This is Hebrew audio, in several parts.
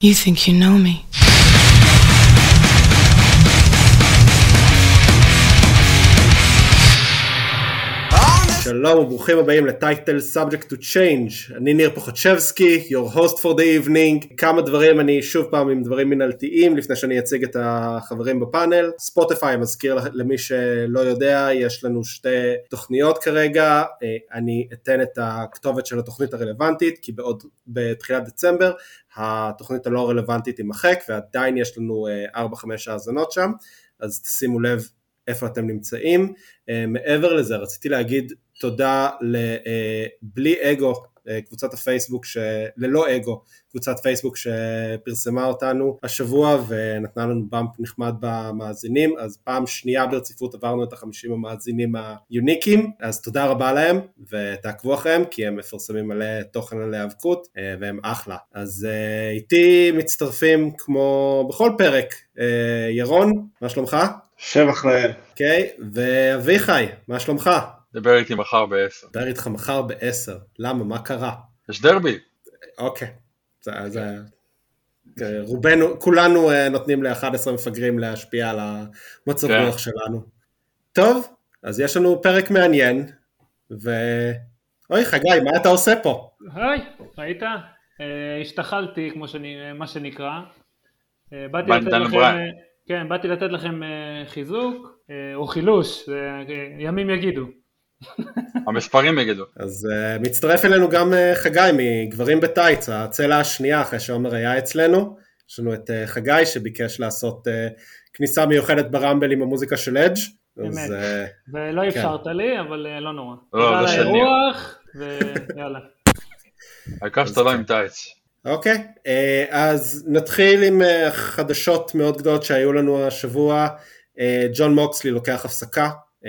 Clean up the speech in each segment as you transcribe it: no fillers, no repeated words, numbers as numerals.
You think you know me. שלום וברוכים הבאים לטייטל Subject to Change. אני ניר פוחצ'בסקי, your host for the evening. כמה דברים, אני שוב פעם עם דברים מנהלתיים לפני שאני אציג את החברים בפאנל. ספוטיפיי, מזכיר למי שלא יודע, יש לנו שתי תוכניות כרגע. אני אתן את הכתובת של התוכנית הרלוונטית, כי בתחילת דצמבר התוכנית הלא רלוונטית תימחק, ועדיין יש לנו 4-5 האזנות שם, אז תשימו לב איפה אתם נמצאים. מעבר לזה, רציתי להגיד תודה לבלי אגו, קבוצת הפייסבוק, ללא אגו, קבוצת פייסבוק שפרסמה אותנו השבוע ונתנה לנו באמפ נחמד במאזינים, אז פעם שנייה ברציפות עברנו את 50 המאזינים היוניקים, אז תודה רבה להם ותעקבו אחריהם, כי הם מפרסמים מלא תוכן על היאבקות והם אחלה. אז איתי מצטרפים כמו בכל פרק, ירון, מה שלומך? שבח להם. אוקיי, ואביחי, מה שלומך? דבר איתי מחר ב-10. דבר איתך מחר ב-10. למה? מה קרה? יש דרבי. אוקיי. רובנו, כולנו נותנים ל-11 מפגרים להשפיע על המצב רוח שלנו. טוב, אז יש לנו פרק מעניין, אוי חגי, מה אתה עושה פה? היי, ראית? השתחלתי, מה שנקרא. באתי לתת לכם חיזוק, או חילוש, ימים יגידו. המספרים יגידו. אז מצטרף אלינו גם חגי מגברים בטייץ, הצלע השנייה אחרי שעומר היה אצלנו. יש לנו את חגי שביקש לעשות כניסה מיוחדת ברמבל עם המוזיקה של אדג'. באמת, ולא אפשרת לי, אבל לא נורא. לא, תודה על האירוח, ויאללה. העיקר שאתה לא עם טייץ. אוקיי, אז נתחיל עם חדשות מאוד גדולות שהיו לנו השבוע. ג'ון מוקסלי לוקח הפסקה,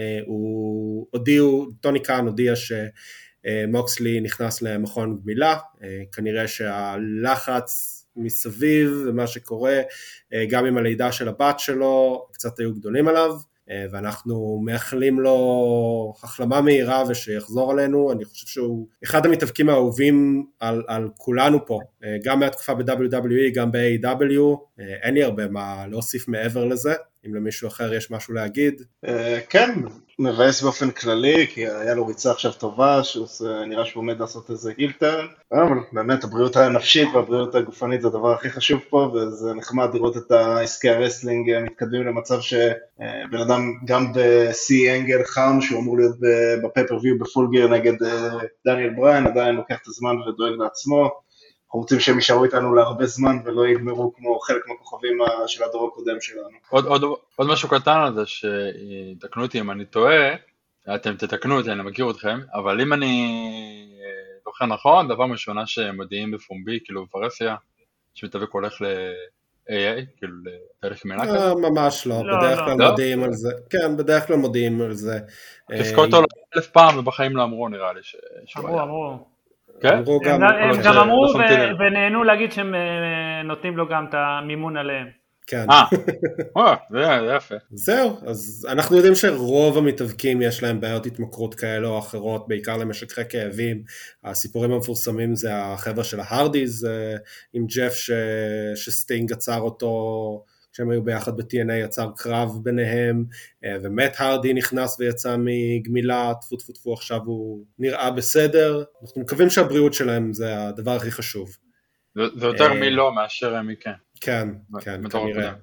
טוני קאן הודיע שמוקסלי נכנס למכון גמילה, כנראה שהלחץ מסביב ומה שקורה, גם עם הלידה של הבת שלו, קצת היו גדולים עליו, ואנחנו מאחלים לו החלמה מהירה ושיחזור עלינו. אני חושב שהוא אחד המתאבקים האהובים על כולנו פה, גם מהתקופה ב-WWE, גם ב-AEW, אין לי הרבה מה להוסיף מעבר לזה, אם למישהו אחר יש משהו להגיד. כן, מבאס באופן כללי, כי היה לו ריצה עכשיו טובה, שנראה שהוא עומד לעשות איזה הילטרן, אבל באמת הבריאות הנפשית והבריאות הגופנית זה הדבר הכי חשוב פה, וזה נחמד לראות את העסקי הרסלינג מתקדמים למצב שבן אדם גם בסי אנגל חם, שהוא אמור להיות בפייפריוויו בפול גיר נגד דניאל בריין, עדיין לוקח את הזמן ודואג לעצמו. אנחנו רוצים שהם יישארו איתנו להרבה זמן ולא יגמרו כמו חלק מהכוכבים של הדור הקודם שלנו. עוד משהו קטן על זה, שתקנו אותי אם אני טועה, אתם תתקנו אותי, אני מכיר אתכם, אבל אם אני זוכר נכון, דבר משונה שמודיעים בפומבי, כאילו בפרסיה, שמתאבק הולך ל-AA, כאילו לתהליך מנה כזה? ממש לא, בדרך כלל מודיעים על זה. כן, בדרך כלל מודיעים על זה. תזכו אותו 1000 פעם ובחיים לא אמרו, נראה לי. אמרו. הם גם אמרו ונהנו להגיד שהם נותנים לו גם את המימון עליהם. כן. זה יפה. זהו, אז אנחנו יודעים שרוב המתאבקים יש להם בעיות התמכרות כאלה או אחרות, בעיקר למשככי כאבים. הסיפורים המפורסמים זה החבר'ה של ההרדיז, עם ג'ף שסטינג עצר אותו, כשהם היו ביחד ב-TNA יצר קרב ביניהם, ומט הרדי נכנס ויצא מגמילה, טפו עכשיו הוא נראה בסדר. אנחנו מקווים שהבריאות שלהם זה הדבר הכי חשוב. זה יותר מלא מאשר מכן. כן, כנראה.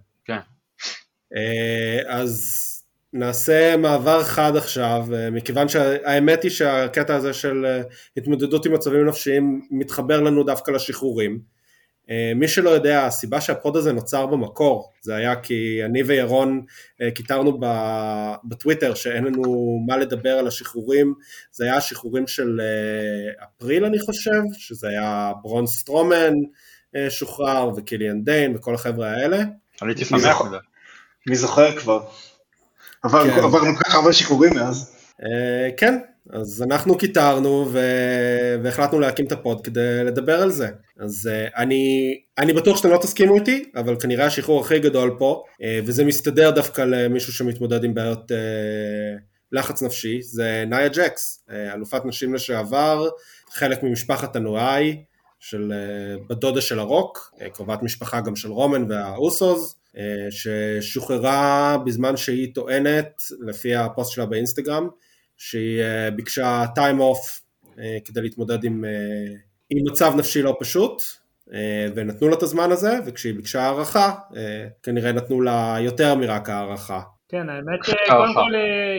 אז נעשה מעבר חד עכשיו, מכיוון שהאמת היא שהקטע הזה של התמודדות עם מצבים נפשיים מתחבר לנו דווקא לשחרורים. מי שלא יודע, הסיבה שהפוד הזה נוצר במקור, זה היה כי אני וירון כיתרנו בטוויטר שאין לנו מה לדבר על השחרורים, זה היה השחרורים של אפריל אני חושב, שזה היה ברון סטרומן שוחרר וקיליאן דיין וכל החבר'ה האלה. אני הייתי שמח מזה. מי זוכר כבר? עברנו כך הרבה שחרורים מאז. כן, אז אנחנו כיתרנו והחלטנו להקים את הפוד כדי לדבר על זה. אז אני בטוח שאתם לא תסכימו איתי, אבל כנראה השחרור הכי גדול פה, וזה מסתדר דווקא למישהו שמתמודד עם בעיות לחץ נפשי, זה נאיה ג'קס, אלופת נשים לשעבר, חלק ממשפחת הנואי, של בת דודה של הרוק, קרובת משפחה גם של רומן והאוסוס, ששוחררה בזמן שהיא טוענת, לפי הפוסט שלה באינסטגרם, שהיא ביקשה time off כדי להתמודד עם מצב נפשי לא פשוט, ונתנו לה את הזמן הזה, וכשהיא ביקשה הערכה, כנראה נתנו לה יותר מרק הערכה. כן, האמת קודם כל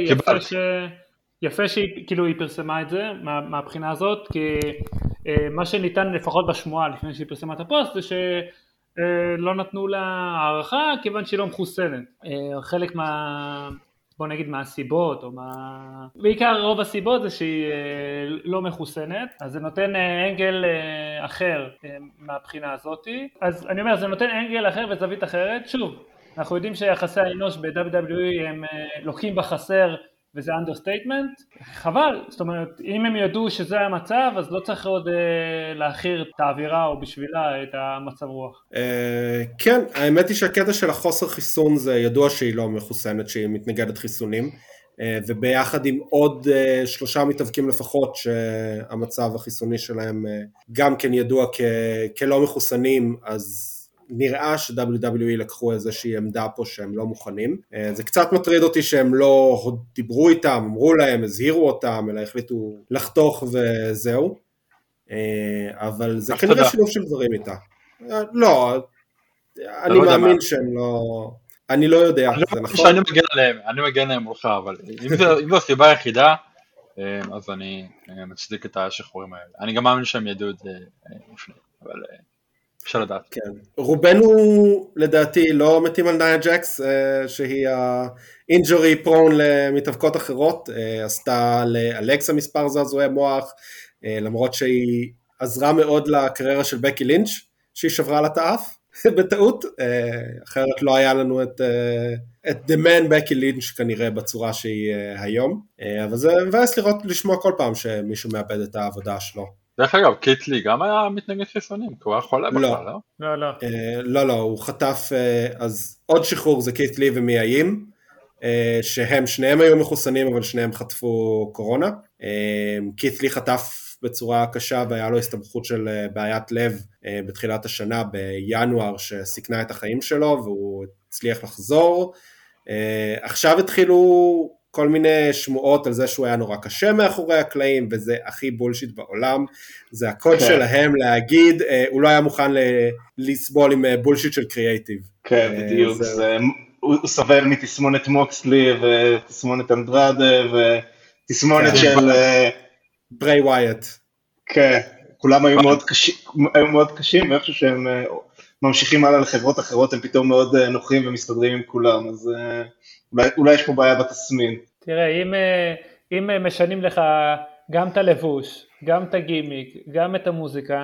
יפה שהיא כאילו היא פרסמה את זה מהבחינה הזאת, כי מה שניתן לפחות בשמועה לפני שהיא פרסמה את הפוסט זה שלא נתנו לה הערכה כיוון שהיא לא מחוסנת. חלק בוא נגיד מהסיבות, בעיקר רוב הסיבות זה שהיא לא מחוסנת, אז זה נותן אנגל אחר מהבחינה הזאת. אז אני אומר, זה נותן אנגל אחר וזווית אחרת. שוב, אנחנו יודעים שיחסי האנוש ב-WWE הם לוקים בחסר, וזה understatement, חבל, זאת אומרת, אם הם ידעו שזה המצב, אז לא צריך עוד להכיר את האווירה או בשבילה את המצב רוח. כן, האמת היא שהקטע של החוסר חיסון זה ידוע שהיא לא מחוסנת, שהיא מתנגדת חיסונים, וביחד עם עוד 3 מתאבקים לפחות שהמצב החיסוני שלהם גם כן ידוע כלא מחוסנים, אז נראה ש-WWE לקחו איזושהי עמדה פה שהם לא מוכנים. זה קצת מטריד אותי שהם לא דיברו איתם, אמרו להם, הזהירו אותם, אלא החליטו לחתוך וזהו. אבל זה כנראה שילוב של דברים איתה. לא, אני מאמין שהם לא... אני לא יודע, זה נכון? אני מגן להם מולך, אבל אם זו הסיבה היחידה, אז אני מצדיק את השחרורים האלה. אני גם מאמין שהם ידעו את זה לפני, אבל... אפשר לדעת. כן. רובנו לדעתי לא מתים על ניה ג'קס, שהיא ה-injury prone למתאבקות אחרות, עשתה לאלקסה מספר זעזועי מוח, למרות שהיא עזרה מאוד לקריירה של בקי לינץ', שהיא שברה לה את האף בטעות, אחרת לא היה לנו את The Man בקי לינץ' כנראה בצורה שהיא היום, אבל זה מבאס לשמוע כל פעם שמישהו מאבד את העבודה שלו. דרך אגב, קיטלי גם היה מתנגד חיסונים, כי הוא היה חולה בכלל, לא? לא, הוא חטף, אז עוד שחרור זה קיטלי ומייעים, שהם שניהם היו מחוסנים, אבל שניהם חטפו קורונה. קיטלי חטף בצורה קשה, והיה לו הסתבכות של בעיית לב בתחילת השנה, בינואר, שסיכנה את החיים שלו, והוא הצליח לחזור. עכשיו התחילו... כל מיני שמועות על זה שהוא היה נורא קשה מאחורי הקלעים, וזה הכי בולשיט בעולם, זה הקוד שלהם להגיד, הוא לא היה מוכן לסבול עם בולשיט של קריאייטיב. כן, בדיוק, הוא סובל מתסמונת מוקסלי, ותסמונת אנדרדה, ותסמונת של... ברי ווייט. כן, כולם היו מאוד קשים, ואיפשהו שהם ממשיכים הלאה לחברות אחרות, הם פתאום מאוד נוחים ומסתדרים עם כולם, אז... אולי יש פה בעיה בתסמין. תראה, אם משנים לך גם את הלבוש, גם את הגימיק, גם את המוזיקה,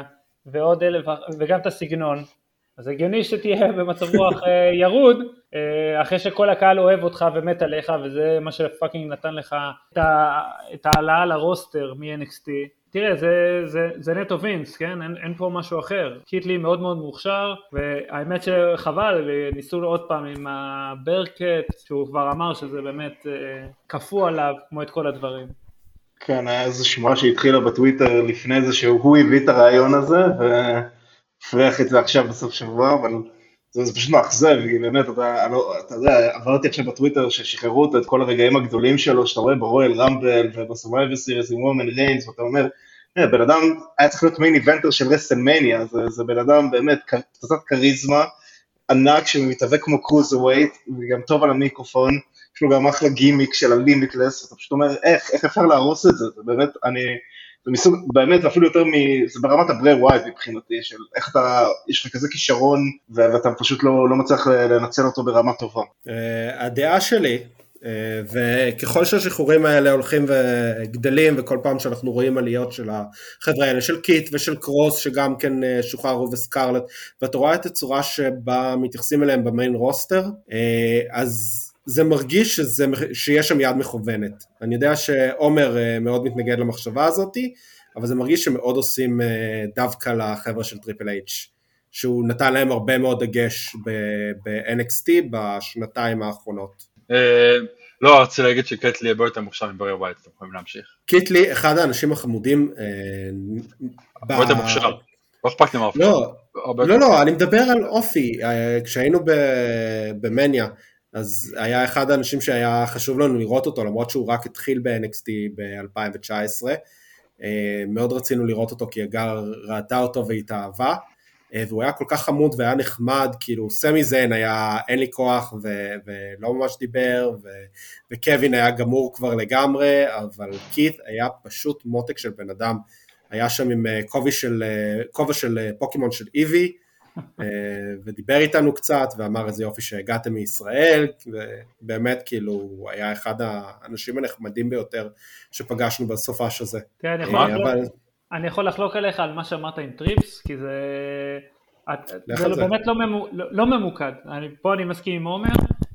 וגם את הסגנון, אז הגיוני שתהיה במצב רוח ירוד, אחרי שכל הקהל אוהב אותך ומת עליך, וזה מה שפאקינג נתן לך את העלאה לרוסטר מ-NXT. תראה, זה נטו וינס, כן? אין פה משהו אחר. קיטלי מאוד מאוד מוכשר, והאמת שחבל, וניסו לו עוד פעם עם הברקט, שהוא כבר אמר שזה באמת כפו עליו, כמו את כל הדברים. כן, היה איזו שמועה שהתחילה בטוויטר לפני זה, שהוא הביא את הרעיון הזה, ופריח את זה עכשיו בסוף שבוע, אבל זה פשוט מאכזב, כי באמת, אתה יודע, עברתי עכשיו בטוויטר ששחררו אותו את כל הרגעים הגדולים שלו, שאתה רואה ברואל רמבל ובסורווייבר סיריס עם וומן ריינס, ואתה אומר, בן אדם היה צריך להיות מיין איבנטר של רסלמניה, זה בן אדם באמת פצצת קריזמה, ענק שמתאבק כמו קרוזרווייט, וגם טוב על המיקרופון, יש לו גם אחלה גימיק של הלימיקלס, ואתה פשוט אומר, איך אפשר להרוס את זה, זה באמת, זה מסוג, באמת, ואפילו יותר זה ברמת הברי ווייט מבחינתי, של איך יש לך כזה כישרון, ואתה פשוט לא מצליח לנצל אותו ברמה טובה. הדעה שלי, וככל שהשחרורים האלה הולכים וגדלים, וכל פעם שאנחנו רואים עליות של החבר'ה האלה, של קיט ושל קרוס, שגם כן שוחררו וסקרלט, ואתה רואה את הצורה שבה מתייחסים אליהם במיין רוסטר, אז זה מרגיש שיש שם יד מכוונת. אני יודע שעומר מאוד מתנגד למחשבה הזאת, אבל זה מרגיש שמאוד עושים דווקא לחבר'ה של טריפל אייץ', שהוא נתן להם הרבה מאוד דגש ב-NXT בשנתיים האחרונות. לא, רציתי להגיד שקיטלי הרבה יותר מוכשר מברי ווייט, אתם יכולים להמשיך. קיטלי, אחד האנשים החמודים, הרבה יותר מוכשר. לא אכפת לי מהאופי. לא, אני מדבר על אופי, כשהיינו במניה, אז היה אחד האנשים שהיה חשוב לנו לראות אותו, למרות שהוא רק התחיל ב-NXT ב-2019, מאוד רצינו לראות אותו כי הגר ראתה אותו והתאהבה, והוא היה כל כך חמוד והיה נחמד, כאילו סמי זיין היה אין לי כוח ולא ממש דיבר, וקווין היה גמור כבר לגמרי, אבל קית' היה פשוט מותק של בן אדם, היה שם עם כובע של פוקימון של איבי, ודיבר איתנו קצת, ואמר איזה יופי שהגעתם מישראל, ובאמת כאילו הוא היה אחד האנשים הנחמדים ביותר שפגשנו בסופש הזה. כן, אני יכול לחלוק עליך על מה שאמרת עם טריפס, כי זה באמת לא ממוקד, פה אני מסכים עם עומר,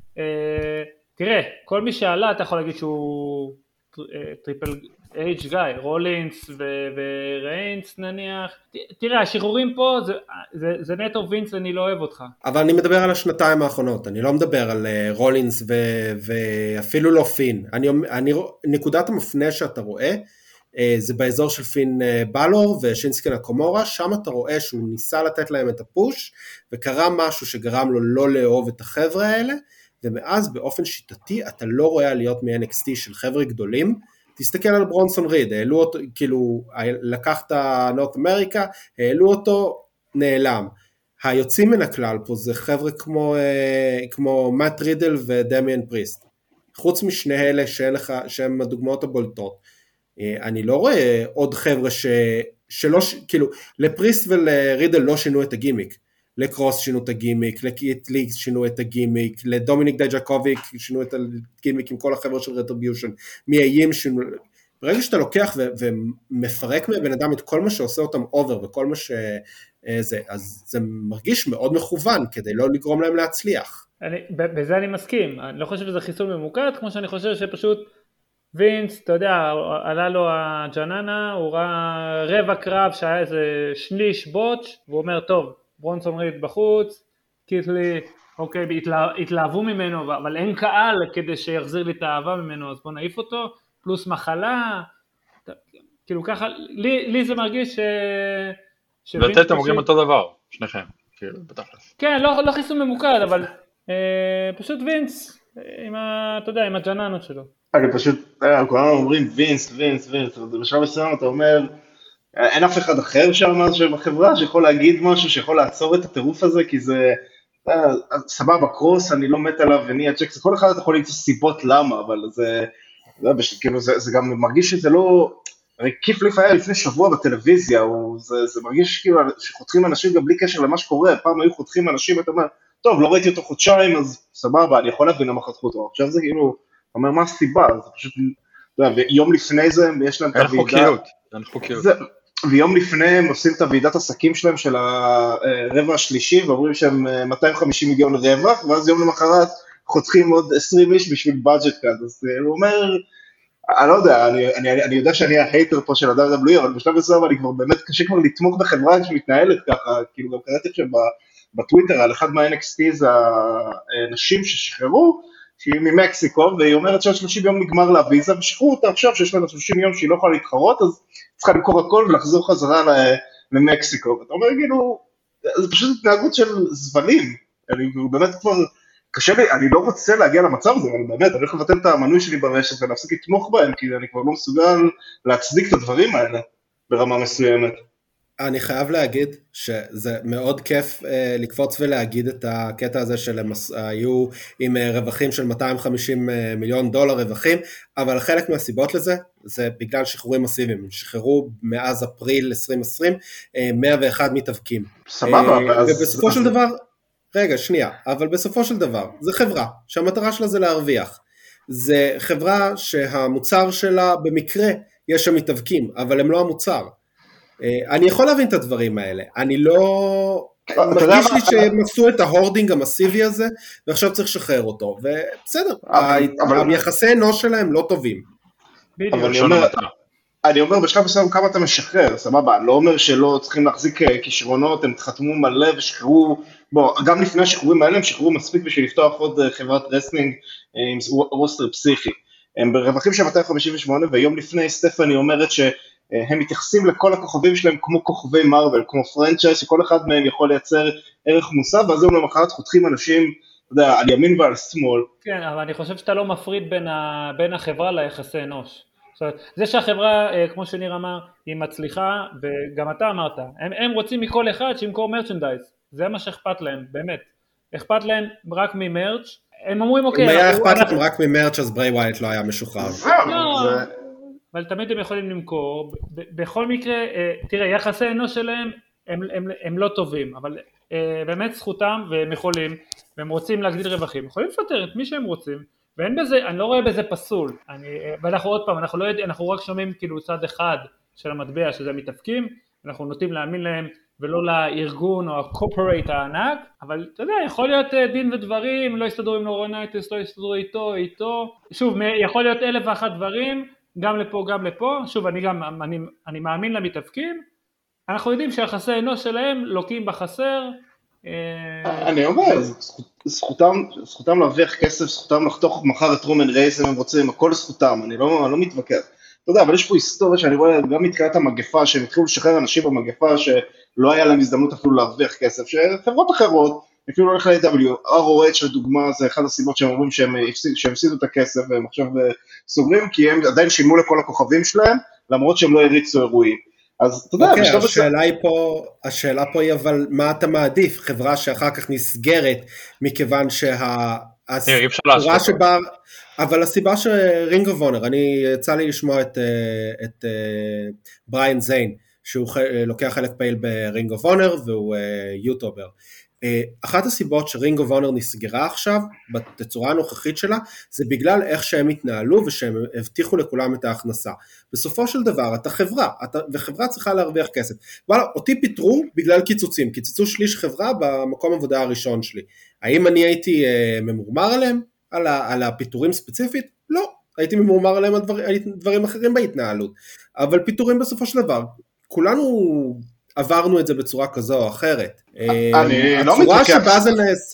תראה, כל מי שעלה אתה יכול להגיד שהוא טריפל אייג' גיא, רולינס וריינס נניח, תראה השחרורים פה זה נטו וינס, אני לא אוהב אותך. אבל אני מדבר על השנתיים האחרונות, אני לא מדבר על רולינס ואפילו לא פין, נקודת המפנה שאתה רואה, זה באזור של פין בלור ושינסקי נקומורה, שם אתה רואה שהוא ניסה לתת להם את הפוש, וקרה משהו שגרם לו לא לאהוב את החבר'ה האלה, ומאז באופן שיטתי אתה לא רואה להיות מ-NXT של חבר'ה גדולים, תסתכל על ברונסון ריד, העלו אותו, כאילו לקח את נורט אמריקה, העלו אותו, נעלם. היוצאים מן הכלל פה זה חבר'ה כמו מאט רידל ודמיאן פריסט, חוץ משני אלה שהם הדוגמאות הבולטות, אני לא רואה עוד חבר'ה שלא, כאילו, לפריסט ולרידל לא שינו את הגימיק, לקרוס שינו את הגימיק, לקיטלי שינו את הגימיק, לדומיניק דיג'קוביק שינו את הגימיק עם כל החבר'ה של רטריביושן, מייעים שינו, ברגע שאתה לוקח ומפרק מבן אדם את כל מה שעושה אותם אובר וכל מה שזה, אז זה מרגיש מאוד מכוון כדי לא לגרום להם להצליח. בזה אני מסכים, אני לא חושב שזה חיסול ממוקד, כמו שאני חושב שפשוט וינס, אתה יודע, עלה לו הג'ננה, הוא ראה רבע קרב שהיה איזה שליש בוטש, והוא אומר, טוב, ברונסון ריד בחוץ, קיטלי, אוקיי, התלהבו ממנו, אבל אין קהל כדי שיחזיר לי את האהבה ממנו, אז בוא נעיף אותו, פלוס מחלה, כאילו ככה, לי זה מרגיש ואתם אומרים אותו דבר, שניכם, כאילו, בתכלס. כן, לא חיסון ממוקד, אבל פשוט וינס, אתה יודע, עם הג'ננות שלו. אני פשוט, כולנו אומרים וינס, בשלב מסוים אתה אומר, אין אף אחד אחר שבחברה שיכול להגיד משהו, שיכול לעצור את הטירוף הזה, כי זה, סבבה, קרוס, אני לא מת עליו, וניה צ'קס, כל אחד יכול למצוא סיבות למה, אבל זה, כאילו, זה גם מרגיש שזה לא, הרי כיף ליף היה לפני שבוע בטלוויזיה, זה מרגיש כאילו שחותכים אנשים גם בלי קשר למה שקורה, פעם היו חותכים אנשים, ואתה אומר, טוב, לא ראיתי אותו חודשיים, אז סבבה, אני יכול להבין למה חתכו אותו, עכשיו זה כאילו, אומר, מה הסיבה? זה פשוט, ויום לפני זה, יש להם את הוועידה, אין חוקיות. ויום לפני הם עושים את הוועידת עסקים שלהם של הרבע השלישי, ואומרים שהם 250 מיליון רווח, ואז יום למחרת חותכים עוד 20 איש בשביל בדג'ט כאן, אז הוא אומר, אני לא יודע, אני יודע שאני ההייטר פה של ה-WWE, אבל בשלב מסוים אני כבר באמת קשה כבר לתמוך בחברה שמתנהלת ככה, כאילו גם קראתי עכשיו בטוויטר על אחד מה-NXT זה האנשים ששחררו, שהיא ממקסיקו, והיא אומרת שעד 30 יום נגמר לה ויזה, ושחררו אותה עכשיו שיש לה 30 יום שהיא לא יכולה להתחרות, אז צריכה למכור הכל ולחזור חזרה למקסיקו, ואתה אומר כאילו, זה פשוט התנהגות של זבלים, אני באמת כבר, קשה לי, אני לא רוצה להגיע למצב הזה, אבל באמת, אני הולך לבטל את המנוי שלי ברשת, ולהפסיק לתמוך בהם, כי אני כבר לא מסוגל להצדיק את הדברים האלה, ברמה מסוימת. אני חייב להגיד שזה מאוד כיף לקפוץ ולהגיד את הקטע הזה של היו עם רווחים של 250 מיליון דולר רווחים, אבל חלק מהסיבות לזה זה בגלל שחרורים מסיביים, הם שחררו מאז אפריל 2020 101 מתאבקים. סבבה. ובסופו של דבר, רגע שנייה, אבל בסופו של דבר זה חברה שהמטרה שלה זה להרוויח, זה חברה שהמוצר שלה במקרה יש שם מתאבקים, אבל הם לא המוצר. אני יכול להבין את הדברים האלה, אני לא, מרגיש לי שהם עשו את ההורדינג המסיבי הזה, ועכשיו צריך לשחרר אותו, ובסדר, היחסי אנוש שלהם לא טובים. אני אומר בשלב מסוים כמה אתה משחרר, סבבה, אני לא אומר שלא צריכים להחזיק כישרונות, הם חתמו מלא ושחררו, גם לפני השחרורים האלה הם שחררו מספיק בשביל לפתוח עוד חברת רסלינג עם רוסטר פסיכי, הם ברווחים של 258, ויום לפני סטפני אומרת הם מתייחסים לכל הכוכבים שלהם כמו כוכבי מרוול, כמו פרנצ'ייז, שכל אחד מהם יכול לייצר ערך מוסף, ואז הם למחרת חותכים אנשים, אתה יודע, על ימין ועל שמאל. כן, אבל אני חושב שאתה לא מפריד בין החברה ליחסי אנוש. זאת אומרת, זה שהחברה, כמו שניר אמר, היא מצליחה, וגם אתה אמרת, הם רוצים מכל אחד שימכור מרצ'נדייז, זה מה שאכפת להם, באמת. אכפת להם רק ממרץ', הם אומרים אוקיי. אם היה אכפת להם רק ממרץ' אז ברי ווייט לא היה משוחרר. אבל תמיד הם יכולים למכור, בכל מקרה, תראה, יחסי אנוש שלהם הם לא טובים, אבל באמת זכותם והם יכולים, והם רוצים להגדיל רווחים, יכולים לפטר את מי שהם רוצים, ואין בזה, אני לא רואה בזה פסול, ואנחנו עוד פעם, אנחנו לא יודעים, אנחנו רק שומעים כאילו צד אחד של המטבע שזה מתאפקים, אנחנו נוטים להאמין להם ולא לארגון או הקופרייט הענק, אבל אתה יודע, יכול להיות דין ודברים, לא יסתדרו עם לורנייטיס, לא יסתדרו איתו, שוב, יכול להיות 1,001 דברים, גם לפה, גם לפה, שוב, אני מאמין למתאפקים, אנחנו יודעים שהיחסי אנוש שלהם לוקים בחסר. אני אומר, זכותם להרוויח כסף, זכותם לחתוך מחר את רומן רייס אם הם רוצים, הכל זכותם, אני לא מתווכח. אתה יודע, אבל יש פה היסטוריה שאני רואה גם מתחילת המגפה, שהם התחילו לשחרר אנשים במגפה שלא היה להם הזדמנות אפילו להרוויח כסף, שחברות אחרות, אפילו לא הולך ל-AW, ROH לדוגמה, זה אחד הסיבות שהם אומרים שהם הפסידו את הכסף והם עכשיו סוגרים, כי הם עדיין שילמו לכל הכוכבים שלהם, למרות שהם לא הריצו אירועים. אז אתה יודע, השאלה פה היא אבל מה אתה מעדיף, חברה שאחר כך נסגרת, מכיוון הסיבה שבה, אבל הסיבה שרינג אוף אונר, אני יצא לי לשמוע את בריין זיין, שהוא לוקח חלק פעיל ברינג אוף אונר, והוא יוטובר, אחת הסיבות שרינג אוף אונר נסגרה עכשיו, בתצורה הנוכחית שלה, זה בגלל איך שהם התנהלו, ושהם הבטיחו לכולם את ההכנסה. בסופו של דבר, אתה חברה, וחברה צריכה להרוויח כסף. וואלה, אותי פיטרו בגלל קיצוצים, קיצצו שליש חברה במקום עבודה הראשון שלי. האם אני הייתי ממורמר עליהם, על הפיטורים ספציפית? לא, הייתי ממורמר עליהם על דברים אחרים בהתנהלות. אבל פיטורים בסופו של דבר, כולנו עברנו את זה בצורה כזו או אחרת. אני לא מתווכח.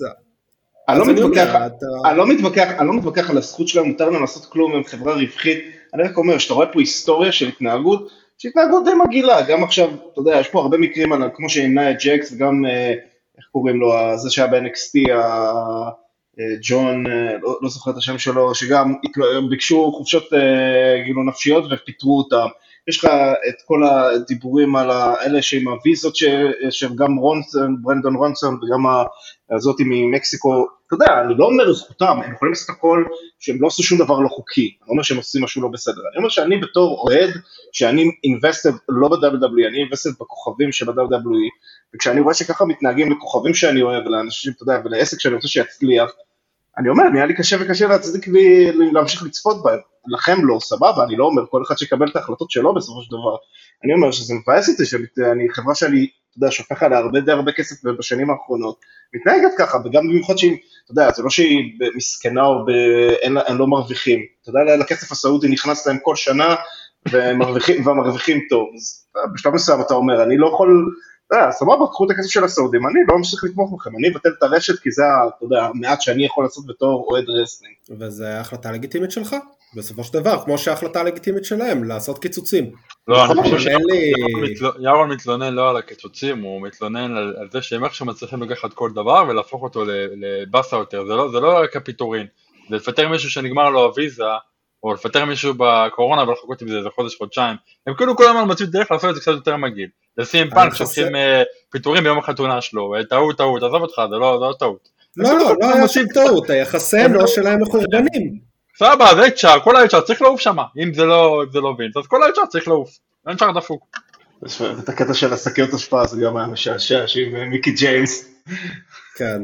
אני לא מתווכח על הזכות שלהם, מותר להם לעשות כלום, הם חברה רווחית. אני רק אומר, שאתה רואה פה היסטוריה של התנהגות, שהתנהגות די מגעילה, גם עכשיו, אתה יודע, יש פה הרבה מקרים, כמו שעינה את ג'קס, וגם, איך קוראים לו, זה שהיה ב-NXT, ג'ון, לא זוכר את השם שלו, שגם ביקשו חופשות גילו נפשיות ופיטרו אותם. יש לך את כל הדיבורים על האלה שעם הוויזות, שגם ברנדון רונסון וגם הזאת ממקסיקו, אתה יודע, אני לא אומר זכותם, הם יכולים לעשות הכל שהם לא עשו שום דבר לא חוקי, אני לא אומר שהם עושים משהו לא בסדר, אני אומר שאני בתור אוהד, שאני invested לא ב-WWE, אני invested בכוכבים של ה-WWE, וכשאני רואה שככה מתנהגים לכוכבים שאני אוהב, ולאנשים, אתה יודע, ולעסק שאני רוצה שיצליח, אני אומר, נהיה לי קשה וקשה להצדיק להמשיך לצפות בהם, לכם לא, סבבה, אני לא אומר, כל אחד שיקבל את ההחלטות שלו בסופו של דבר, אני אומר שזה מבאס אותי, שאני חברה שאני, אתה יודע, שופך עליה הרבה כסף בשנים האחרונות, מתנהגת ככה, וגם במיוחד שהיא, אתה יודע, זה לא שהיא מסכנה או הם לא מרוויחים, אתה יודע, לכסף הסעודי נכנס להם כל שנה, ומרוויחים טוב, אז בשלב מסוים אתה אומר, אני לא יכול, סבבה, קחו את הכסף של הסעודים, אני לא ממשיך לתמוך בכם, אני אבטל את הרשת, כי זה, אתה יודע, המעט שאני יכול לעשות בתור אוהד רסלינג. וזה ההחלטה הלגיטימית שלך, בסופו של דבר, כמו שההחלטה הלגיטימית שלהם, לעשות קיצוצים. לא, אני חושב שירון מתלונן לא על הקיצוצים, הוא מתלונן על זה שהם איכשהו מצליחים לקחת כל דבר, ולהפוך אותו לבאסה יותר, זה לא רק הפיטורין, זה לפטר מישהו שנגמר לו הוויזה, או לפטר מישהו בקורונה ולחכות עם זה חודש-חודשיים, הם כאילו כל הזמן מצאו דרך לעשות את זה קצת יותר מגעיל. לשים פאנק שעושים פיטורים ביום החתונה שלו, טעות, עזוב אותך, זה לא טעות. לא היה שם טעות, היחסי אנוש שלהם מחורבנים. סבבה, זה HR, כל ה-HR צריך לעוף שם, אם זה לא וינס, אז כל ה-HR צריך לעוף, אין שער דפוק. את הקטע של השקיות השפעה, זה גם היה משעשע, עם מיקי ג'יימס. כן,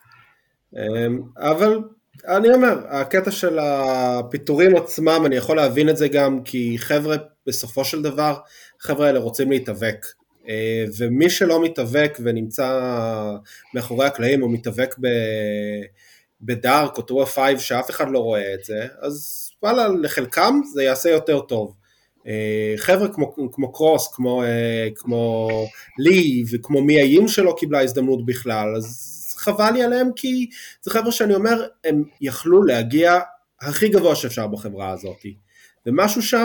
אבל אני אומר, הקטע של הפיטורים עצמם, אני יכול להבין את זה גם, כי חבר'ה, בסופו של דבר, חבר'ה האלה רוצים להתאבק, ומי שלא מתאבק ונמצא מאחורי הקלעים, או מתאבק בדארק או טור 5 שאף אחד לא רואה את זה, אז וואלה, לחלקם זה יעשה יותר טוב. חבר'ה כמו קרוס, כמו לי, וכמו מי האיים שלו קיבלה הזדמנות בכלל, אז חבל לי עליהם, כי זה חבר'ה שאני אומר, הם יכלו להגיע הכי גבוה שאפשר בחברה הזאת, ומשהו שם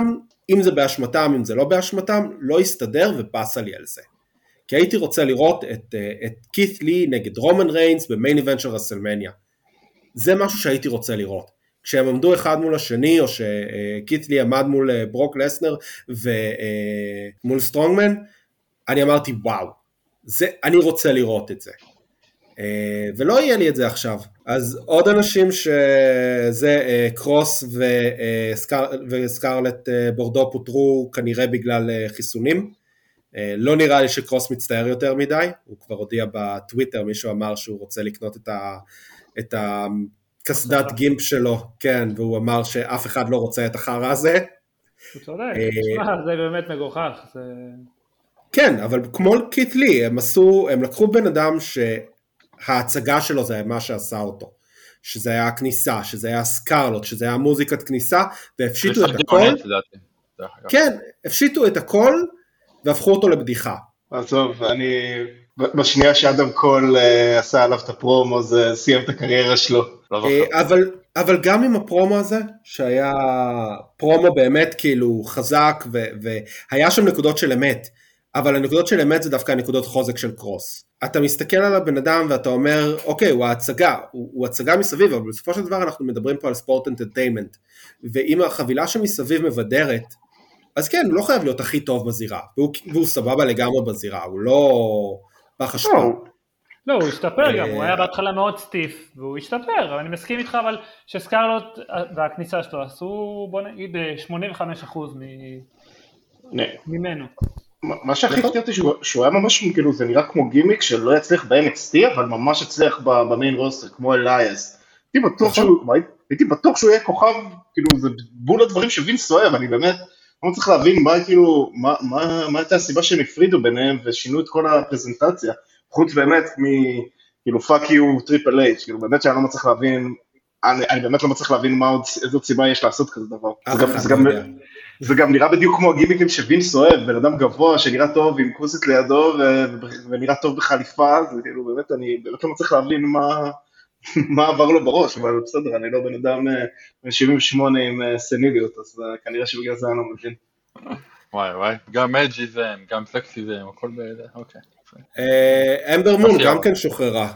אם זה באשמתם, אם זה לא באשמתם, לא יסתדר ופסה לי על זה. כי הייתי רוצה לראות את כית לי נגד רומן ריינס במיין איבנט של רסלמניה. זה משהו שהייתי רוצה לראות. כשהם עמדו אחד מול השני, או שכית לי עמד מול ברוק לסנר ומול סטרונגמן, אני אמרתי וואו, אני רוצה לראות את זה. ולא יהיה לי את זה עכשיו. אז עוד אנשים שזה קרוס וסקרלט בורדו פוטרו כנראה בגלל חיסונים. לא נראה לי שקרוס מצטער יותר מדי, הוא כבר הודיע בטוויטר, מישהו אמר שהוא רוצה לקנות את הקסדת גימפ שלו, כן, והוא אמר שאף אחד לא רוצה את החרא הזה. הוא צודק, זה באמת מגוחך. כן, אבל כמו כית לי, הם לקחו בן אדם שההצגה שלו זה מה שעשה אותו, שזה היה הכניסה, שזה היה סקרלוט, שזה היה מוזיקת כניסה, והפשיטו את הכל, כן, הפשיטו את הכל, והפכו אותו לבדיחה. טוב, בשנייה שאדם קול עשה עליו את הפרומו, זה סיים את הקריירה שלו. אבל גם עם הפרומו הזה, שהיה פרומו באמת כאילו חזק, והיה שם נקודות של אמת, אבל הנקודות של אמת זה דווקא הנקודות חוזק של קרוס. אתה מסתכל על הבן אדם ואתה אומר, אוקיי, הוא ההצגה, הוא הצגה מסביב, אבל בסופו של דבר אנחנו מדברים פה על ספורט אנטרטיימנט, ואם החבילה שמסביב מבדרת, אז כן, הוא לא חייב להיות הכי טוב בזירה, והוא סבבה לגמרי בזירה, הוא לא פח אשפה. לא, הוא השתפר גם, הוא היה בהתחלה מאוד סטיף, והוא השתפר, אבל אני מסכים איתך, אבל שסקרלוט והכניסה שלו עשו, בוא נגיד, 85% ממנו. מה שהכי הפתיע אותי שהוא היה ממש, כאילו, זה נראה כמו גימיק שלא יצליח ב-NXT, אבל ממש יצליח במיין רוסטר, כמו אלייס. הייתי בטוח שהוא יהיה כוכב, כאילו, זה בול הדברים שווינס אוהב, אני באמת לא צריך להבין מה הייתה הסיבה שהם הפרידו ביניהם ושינו את כל הפרזנטציה, חוץ באמת כאילו פאק יו טריפל אייץ', כאילו באמת שאני לא מצליח להבין, אני באמת לא מצליח להבין איזו סיבה יש לעשות כזה דבר. זה גם נראה בדיוק כמו הגימיקים שווינס אוהב, בן אדם גבוה שנראה טוב עם כוסית לידו ונראה טוב בחליפה, זה כאילו באמת אני באמת לא מצליח להבין מה עבר לו בראש, אבל בסדר, אני לא בן אדם 78 עם סניליות, אז כנראה שבגלל זה אני לא מבין. וואי, גם אג'יזם, גם סקסיזם, הכל באיזה, אוקיי. אמבר מון גם כן שוחררה,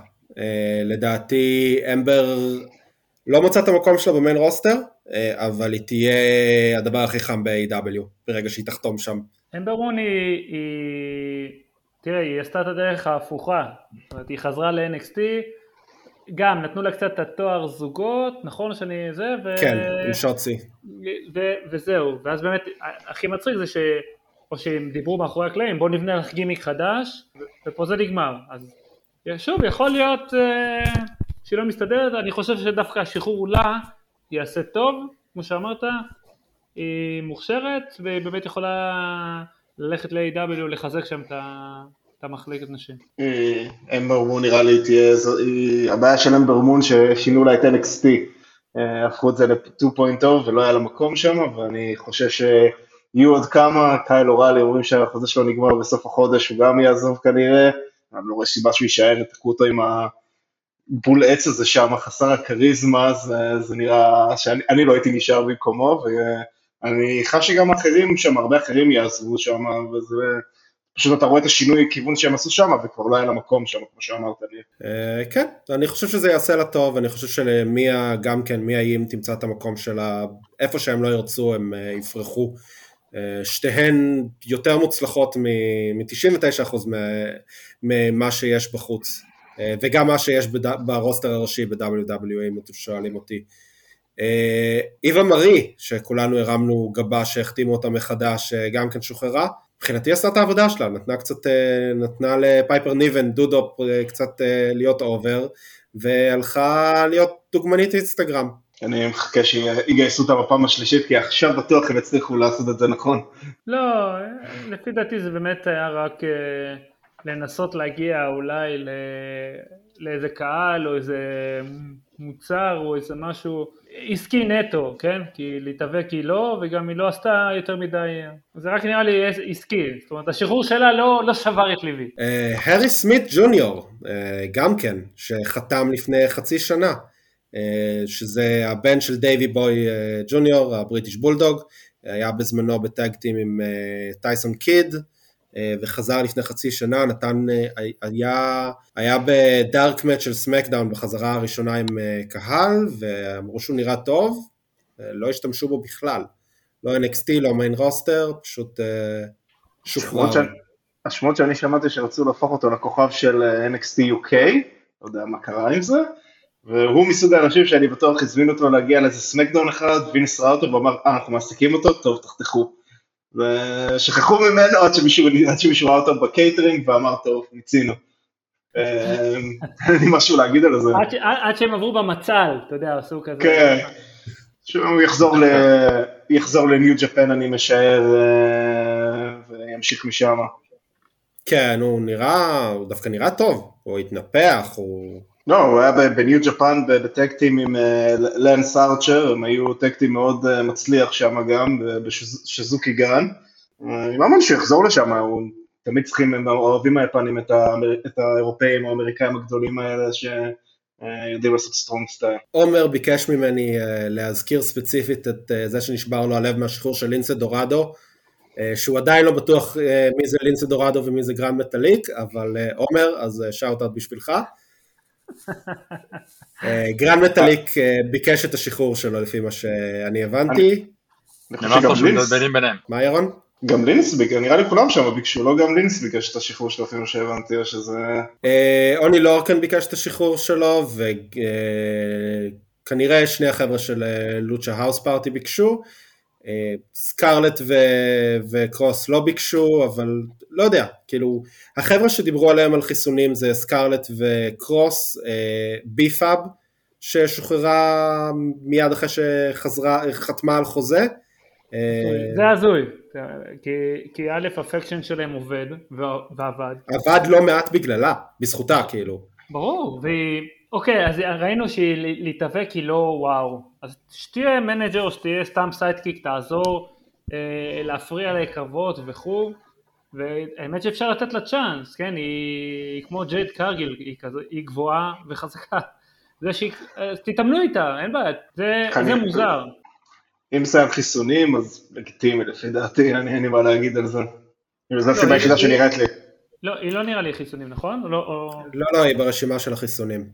לדעתי אמבר לא מצא את המקום שלה במיין רוסטר, אבל היא תהיה הדבר הכי חם ב-AW, ברגע שהיא תחתום שם. אמבר מון תראה, היא עשתה את הדרך ההפוכה, זאת אומרת, היא חזרה ל-NXT, גם נתנו לה קצת את התואר זוגות, נכון שאני זה, כן, עם שוצי. וזהו, ואז באמת, הכי מצחיק זה או שהם דיברו מאחורי הקלעים, בואו נבנה לך גימיק חדש, ופה זה נגמר. אז שוב, יכול להיות שהיא לא מסתדרת, אני חושב שדווקא השחרור לה יעשה טוב, כמו שאמרת, היא מוכשרת, והיא באמת יכולה ללכת ל-AW, לחזק שם את המחלקת נשים. אמבר מון נראה לי תהיה, הבעיה של אמבר מון ששינו לה את NXT, הפכו את זה ל-2.0 ולא היה לה מקום שם, ואני חושב שיהיו עוד כמה, קייל אוראלי אומרים שהחוזה שלו נגמר בסוף החודש, הוא גם יעזוב כנראה, אני לא רואה סיבה שהוא יישאר, תקעו אותו עם הבול עץ הזה שם, חסר הקריזמה, זה נראה שאני לא הייתי נשאר במקומו, ואני חש שגם אחרים שם, הרבה אחרים יעזבו שם, וזה פשוט אתה רואה את השינוי כיוון שהם עשו שם, וכבר לא היה למקום שם, כמו שאמרת לי. כן, אני חושב שזה יעשה לה טוב, אני חושב שלמיה, גם כן, מיה אם תמצא את המקום שלה, איפה שהם לא ירצו, הם יפרחו. שתיהן יותר מוצלחות מ-99% ממה שיש בחוץ, וגם מה שיש ברוסטר הראשי ב-WWE, אם אתם שואלים אותי. איווה מרי, שכולנו הרמנו גבה שהחתימו אותה מחדש, גם כן שוחררה, מבחינתי עשתה את העבודה שלה, נתנה לפייפר ניבן דודו קצת להיות אובר, והלכה להיות דוגמנית אינסטגרם. אני מחכה שיגייסו אותה בפעם השלישית, כי עכשיו בטוח הם הצליחו לעשות את זה נכון. לא, לפי דעתי זה באמת היה רק לנסות להגיע אולי לאיזה קהל, או איזה מוצר, או איזה משהו עסקי נטו, כן? כי להתאבק היא לא, וגם היא לא עשתה יותר מדי, זה רק נראה לי עסקי, זאת אומרת, השחרור שלה לא שבר את ליבי. הרי סמית ג'וניור, גם כן, שחתם לפני חצי שנה, שזה הבן של דייבי בוי ג'וניור, הבריטיש בולדוג, היה בזמנו בטאג טים עם טייסון קיד, וחזר לפני חצי שנה, היה בדארק מאץ' של סמקדאון בחזרה הראשונה עם קהל, ואמרו שהוא נראה טוב, לא השתמשו בו בכלל, לא NXT, לא מיין רוסטר, פשוט שוחרר. השמות שאני שמעתי שרצו להפוך אותו לכוכב של NXT UK, לא יודע מה קרה עם זה, והוא מסוג האנשים שאני בטוח הזמין אותו להגיע לאיזה סמקדאון אחד, וינס ראה אותו ואמר, אנחנו מעסיקים אותו, טוב, תחתכו. ושכחו ממנו עד שמישהו ראה אותו בקייטרינג ואמר, טוב, ניצינו. אין לי משהו להגיד על זה. עד שהם עברו במצל, אתה יודע, עשו כזה. כן, שהוא יחזור לניו ג'פן, אני משער, וימשיך משם. כן, הוא דווקא נראה טוב, הוא התנפח, לא, הוא היה בניו ג'פן בטקטים עם לנס ארצ'ר, הם היו טקטים מאוד מצליח שם גם, בשזוקי גן, אני מאמין שיחזור לשם, תמיד צריכים, הם אוהבים היפנים את האירופאים או האמריקאים הגדולים האלה שיודעים לעשות סטרונג סטייל. עומר ביקש ממני להזכיר ספציפית את זה שנשבר לו הלב מהשחרור של לינסה דורדו, שהוא עדיין לא בטוח מי זה לינסה דורדו ומי זה גרנד מטליק, אבל עומר, אז שאוט-אוט בשבילך. גרנד מטליק ביקש את השחרור שלו לפי מה שאני הבנתי. מה ירון? גם לינס ביקש, נראה לי כולם שם ביקשו, לא גם לינס ביקש את השחרור שלו לפי מה שהבנתי, או שזה... אוני לורקן ביקש את השחרור שלו, וכנראה שני החבר'ה של לוצ'ה האוס פארטי ביקשו, סקארלט וקרוס לא ביקשו, אבל לא יודע, כאילו, החבר'ה שדיברו עליהם על חיסונים זה סקארלט וקרוס, ביפאב, ששוחררה מיד אחרי שחתמה על חוזה. זה הזוי, כי א' הפקשן שלהם עובד, ועבד. עבד לא מעט בגללה, בזכותה כאילו. ברור, אוקיי, אז ראינו שלהתאבק היא לא וואו, אז שתהיה מנג'ר, שתהיה סתם סיידקיק, תעזור להפריע לקרבות וכו', והאמת שאפשר לתת לה צ'אנס, כן, היא כמו ג'ייד קרגיל, היא גבוהה וחזקה, תתאמנו איתה, אין בעיה, זה מוזר. אם זה על חיסונים, אז לגיטימי, לפי דעתי, אין לי מה להגיד על זה. זו הסיבה היחידה שנראית לי. לא, היא לא נראה לי חיסונים, נכון? לא, היא ברשימה של החיסונים.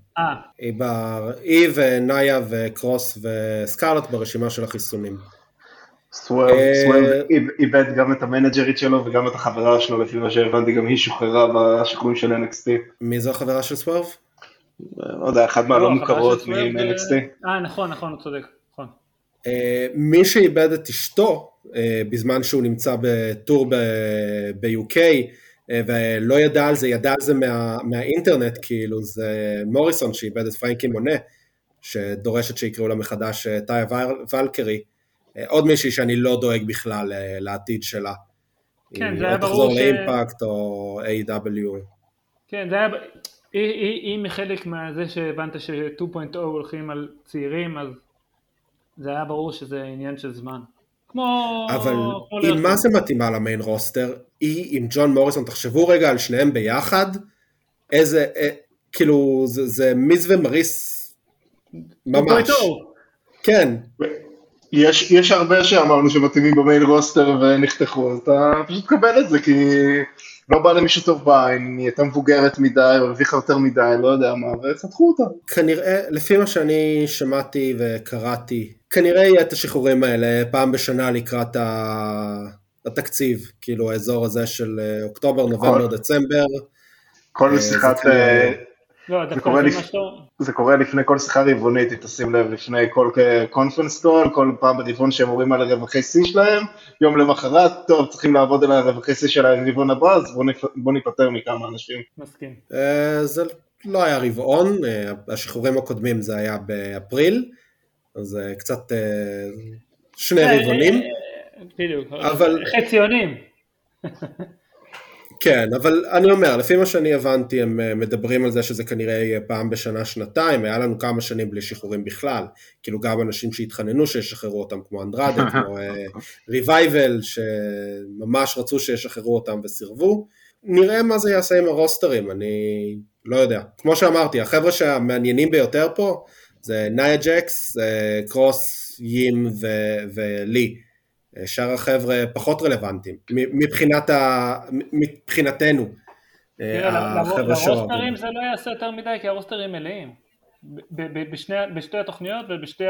היא ונאיה וקרוס וסקארלט ברשימה של החיסונים. סוורב איבד גם את המנג'רית שלו וגם את החברה שלו, לפי מה שהבנתי, גם היא שוחררה בשחרורים של NXT. מי זו החברה של סוורב? לא יודע, אחד מהלא מוכרות מ-NXT. נכון, הוא צודק. מי שאיבד את אשתו, בזמן שהוא נמצא בטור ב-UK, ולא ידע על זה, ידע על זה מהאינטרנט, כאילו זה מוריסון שאיבד את פרנקי מונה, שדורשת שיקראו לה מחדש טאיה ולקרי, עוד מישהי שאני לא דואג בכלל לעתיד שלה. כן, זה היה ברור תחזור לאימפקט או A.W. כן, זה היה, היא מחלק מהזה שהבנת ש-2.0 הולכים על צעירים, אז זה היה ברור שזה עניין של זמן. אבל עם מה זה מתאימה למיין רוסטר? היא עם ג'ון מוריסון, תחשבו רגע על שניהם ביחד, איזה, כאילו, זה מיז ומריס ממש. כן. יש הרבה שאמרנו שמתאימים במיין רוסטר ונחתכו, אז אתה פשוט קבל את זה, כי לא בא למישהו טוב בעין, היא הייתה מבוגרת מדי, או הרוויחה יותר מדי, לא יודע מה, וחתכו אותה. כנראה, לפי מה שאני שמעתי וקראתי, כנראה יהיה את השחרורים האלה פעם בשנה לקראת התקציב, כאילו האזור הזה של אוקטובר, נובמבר, דצמבר. כל שיחת... זה קורה לפני כל שיחה רבעונית, תשים לב, לפני כל קונפרנס קול, כל פעם ברבעון שהם אומרים על הרווחי שיא שלהם, יום למחרת, טוב, צריכים לעבוד על הרווחי שיא של הרבעון הבא, אז בוא ניפטר מכמה אנשים. מסכים. זה לא היה רבעון, השחרורים הקודמים זה היה באפריל, אז קצת שני רבעונים. בדיוק, חציונים. כן, אבל אני אומר, לפי מה שאני הבנתי, הם מדברים על זה שזה כנראה יהיה פעם בשנה, שנתיים, היה לנו כמה שנים בלי שחרורים בכלל, כאילו גם אנשים שהתחננו שישחררו אותם, כמו אנדרדה, כמו ריווייבל, שממש רצו שישחררו אותם וסירבו, נראה מה זה יעשה עם הרוסטרים, אני לא יודע. כמו שאמרתי, החבר'ה שהמעניינים ביותר פה, זה נאיה ג'קס, קרוס, ים ולי, שאר החבר'ה פחות רלוונטיים, מבחינתנו. לרוסטרים זה לא יעשה יותר מדי, כי הרוסטרים מלאים, בשתי התוכניות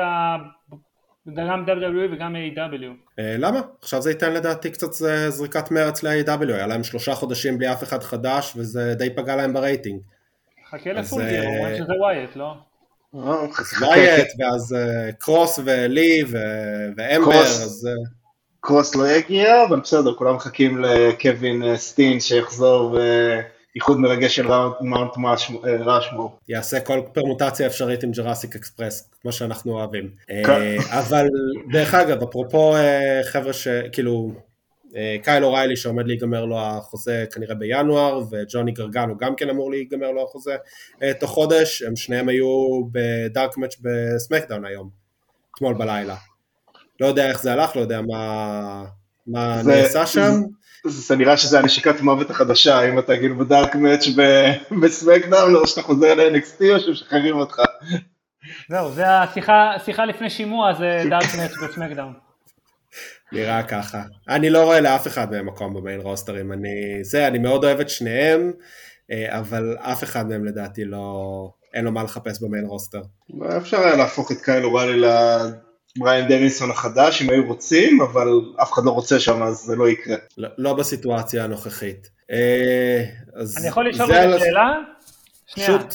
גם WWE וגם AEW. למה? עכשיו זה ייתן לדעתי קצת זריקת מרץ ל-AEW, היה להם 3 חודשים בלי אף אחד חדש, וזה די פגע להם ברייטינג. חכה לפולגר, אומרים שזה ווייט, לא? ווייט, ואז קרוס ולי ואמבר, אז... קרוס לא יגיע, אבל בסדר, כולם מחכים לקווין סטין שיחזור איחוד מרגש של מאונט ראשמור. יעשה כל פרמוטציה אפשרית עם ג'ראסיק אקספרס, כמו שאנחנו אוהבים. אבל דרך אגב, אפרופו חבר'ה שכאילו, קייל אוריילי שעומד להיגמר לו החוזה כנראה בינואר, וג'וני גרגנו גם כן אמור להיגמר לו החוזה תוך חודש, הם שניהם היו בדארק מאץ' בסמקדאון היום, אתמול בלילה. לא יודע איך זה הלך, לא יודע מה נעשה שם. זה נראה שזה הנשיקת מוות החדשה, אם אתה כאילו בדארק מאץ' בסמקדאון, או שאתה חוזר ל-NXT או שמשחררים אותך. זהו, זה השיחה לפני שימוע, זה דארק מאץ' בסמקדאון. נראה ככה. אני לא רואה לאף אחד מהם מקום במיין רוסטרים, אני מאוד אוהב את שניהם, אבל אף אחד מהם לדעתי אין לו מה לחפש במיין רוסטר. אפשר היה להפוך את קייל אוריילי בריין דניסון החדש, אם היו רוצים, אבל אף אחד לא רוצה שם, אז זה לא יקרה. לא בסיטואציה הנוכחית. אני יכול לשאול את השאלה? שוט.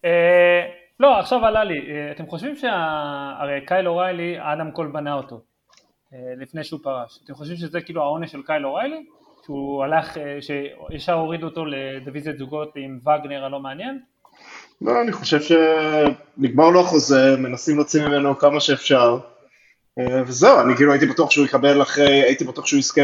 לא, עכשיו עלה לי. אתם חושבים הרי קייל אוריילי, אדם קול בנה אותו, לפני שהוא פרש. אתם חושבים שזה כאילו העונש של קייל אוריילי? שהוא הלך, שישר הוריד אותו לדיוויזיית זוגות עם וגנר הלא מעניין? לא, אני חושב שנגמר לו החוזה, מנסים להוציא ממנו כמה שאפשר. וזהו, אני כאילו הייתי בטוח שהוא יקבל הייתי בטוח שהוא יזכה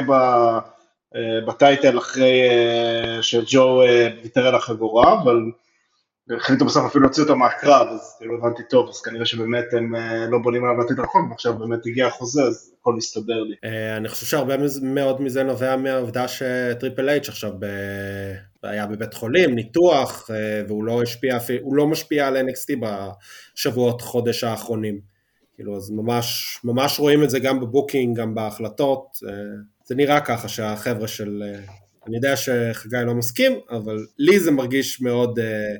בטייטל אחרי שג'ו ויתר על החגורה, אבל החליטו בסוף אפילו להוציא אותו מהקרב, אז כאילו הבנתי טוב, אז כנראה שבאמת הם לא בונים עליו לתת רחוק, ועכשיו באמת הגיע החוזה, אז הכל מסתדר לי. אני חושב שהרבה מאוד מזה נובע מהעובדה שטריפל אייץ' עכשיו היה בבית חולים, ניתוח, והוא לא משפיע על NXT בשבועות, חודש האחרונים. כאילו, אז ממש רואים את זה גם בבוקינג, גם בהחלטות. זה נראה ככה שהחבר'ה של... אני יודע שחגי לא מסכים, אבל לי זה מרגיש מאוד...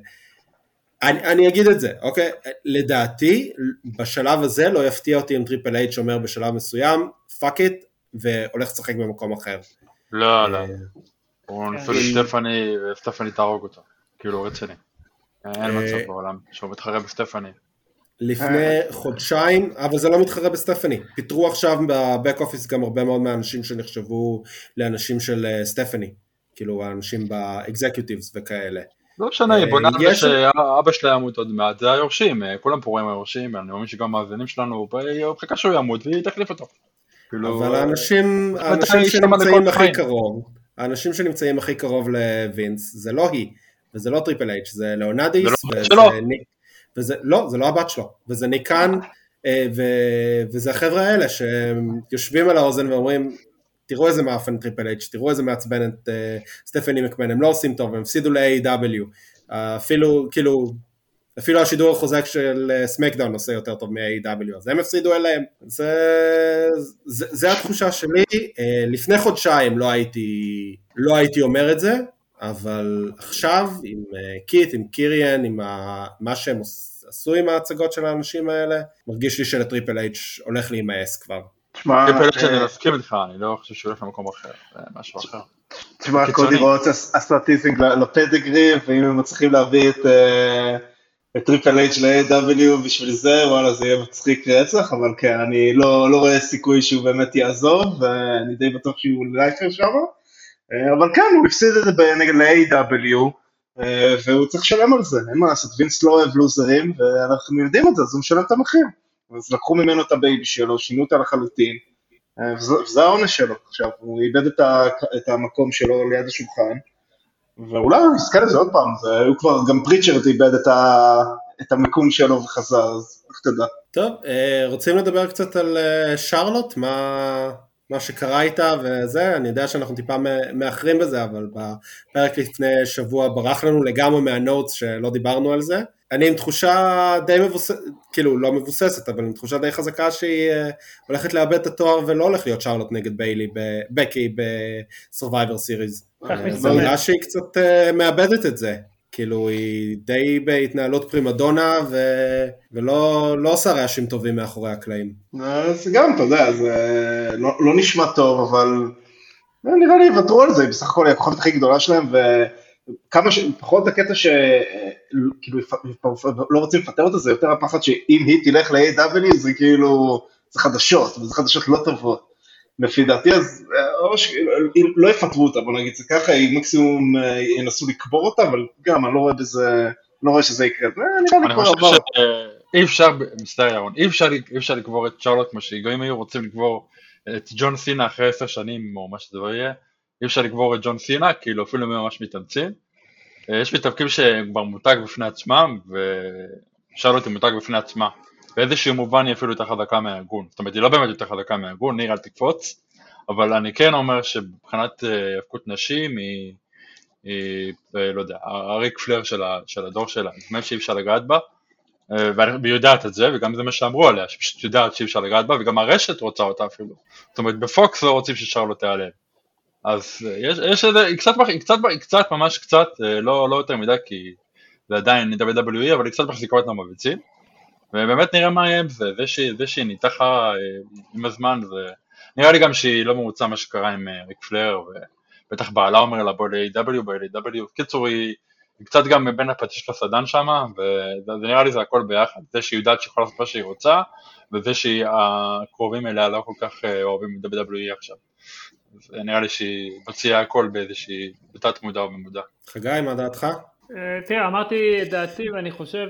אני אגיד את זה, אוקיי? לדעתי, בשלב הזה לא יפתיע אותי אם טריפל אייץ' אומר בשלב מסוים, fuck it, והולך לשחק במקום אחר. לא. הוא נופל לסטפני, וסטפני תהרוג אותו. כאילו, רציני. אין מצב בעולם, שהוא מתחרה בסטפני. לפני חודשיים, אבל זה לא מתחרה בסטפני. פיתרו עכשיו בבק אופיס גם הרבה מאוד מהאנשים שנחשבו לאנשים של סטפני. כאילו, האנשים באקזקיוטיבס וכאלה. לא משנה, בוא נעד שאבא שלה ימות עוד מעט, זה היורשים, כולם פה רואים היורשים, אני אומר שגם המאזינים שלנו, חכה שהוא ימות והיא תחליף אותו. אבל האנשים שנמצאים הכי קרוב, האנשים שנמצאים הכי קרוב לווינס, זה לא היא, וזה לא טריפל אייץ', זה לאונדיס, לא, זה לא הבת שלו, וזה ניקן, וזה החבר'ה האלה שיושבים על האוזן ואומרים, תראו איזה מאפן טריפל אייץ', תראו איזה מעצבנת סטפני מקמן, הם לא עושים טוב, הם הפסידו ל-AEW, אפילו השידור החוזק של סמקדאון עושה יותר טוב מ-AEW, אז הם הפסידו אליהם, זה התחושה שלי, לפני חודשיים לא הייתי אומר את זה, אבל עכשיו עם קיט, עם קיריאן, עם מה שהם עשו עם ההצגות של האנשים האלה, מרגיש לי שלטריפל אייץ' הולך להימאס כבר. טריפל אייץ' אני מסכים איתך, אני לא חושב שהוא הולך למקום אחר, זה משהו אחר. תשמע, קודי רוץ הסטטיסטינג לפדגרי, ואם הם מצליחים להביא את טריפל אייץ' ל-AW בשביל זה, וואלה זה יהיה מצחיק רצח, אבל כן, אני לא רואה סיכוי שהוא באמת יעזוב, ואני די בטוח שהוא לייפר שם, אבל כן, הוא הפסיד את זה נגד ל-AW, והוא צריך לשלם על זה, אין מה לעשות, וינס לא אוהב לוזרים, ואנחנו יודעים את זה, אז הוא משלם את המחיר, אז לקחו ממנו את הבייבי שלו, שינו אותה לחלוטין, וזה העונש שלו, עכשיו, הוא איבד את המקום שלו ליד השולחן, ואולי הוא יזכה לזה עוד פעם, הוא כבר גם פריצ'רד איבד את המקום שלו וחזר, אז איך תדע. טוב, רוצים לדבר קצת על שרלוט, מה שקרה איתה וזה, אני יודע שאנחנו טיפה מאחרים בזה, אבל בפרק לפני שבוע ברח לנו לגמרי מהנוטס שלא דיברנו על זה. אני עם תחושה די מבוססת, כאילו לא מבוססת, אבל עם תחושה די חזקה שהיא הולכת לאבד את התואר ולא הולך להיות שרלוט נגד בקי ב-Survivor Series. זה נראה שהיא קצת מאבדת את זה, כאילו היא די בהתנהלות פרימדונה ולא עושה רעשים טובים מאחורי הקלעים. זה גם, אתה יודע, זה לא נשמע טוב, אבל נראה לי יוותרו על זה, בסך הכל היא הכוכבת הכי גדולה שלהם, וכמה פחות הקטע שכאילו לא רוצים לפטר אותה, זה יותר הפחד שאם היא תלך ל-AW זה כאילו, זה חדשות, וזה חדשות לא טובות. לפי דעתי, אז לא יפטרו אותה, בוא נגיד זה ככה, מקסימום ינסו לקבור אותה, אבל גם אני לא רואה בזה, לא רואה שזה יקרה. אני חושב שאי אפשר, מצטער ירון, אי אפשר לקבור את שרלוט כמו שהיגויים היו רוצים לקבור את ג'ון סינה אחרי 10 שנים או מה שזה לא יהיה, אי אפשר לקבור את ג'ון סינה, כאילו אפילו ממש מתאמצים. יש מתאבקים שכבר מותג בפני עצמם, ושרלוט היא מותג בפני עצמה. באיזשהו מובן היא אפילו יותר חזקה מהארגון, זאת אומרת היא לא באמת יותר חזקה מהארגון, ניר אל תקפוץ, אבל אני כן אומר שבבחינת הפקות נשים היא לא יודע, הריק פלר של הדור שלה, זאת אומרת שאי אפשר לגעת בה, והיא יודעת את זה, וגם זה מה שאמרו עליה, שפשוט יודעת שאי אפשר לגעת בה, וגם הרשת רוצה אותה אפילו, זאת אומרת בפוקס לא רוצים ששרלוט תיעלם, אז יש איזה, היא קצת ממש קצת, לא יותר מדי כי זה עדיין WWE, אבל היא קצת מחזיקה אותם בביצים, ובאמת נראה מה יהיה עם זה, זה שהיא ניתחה עם הזמן, נראה לי גם שהיא לא ממוצע מה שקרה עם ריק פלר, ובטח בעלה אומר לה בוא ל-AW, קיצור היא קצת גם בין הפטיש לסדן שם, וזה נראה לי זה הכל ביחד, זה שהיא יודעת שהיא יכולה לעשות מה שהיא רוצה, וזה שהקרובים אליה לא כל כך אוהבים WWE עכשיו, נראה לי שהיא מציעה הכל באיזושהי בתת מודע או במודע. חגי, מה דעתך? תראה, אמרתי את דעתי ואני חושב,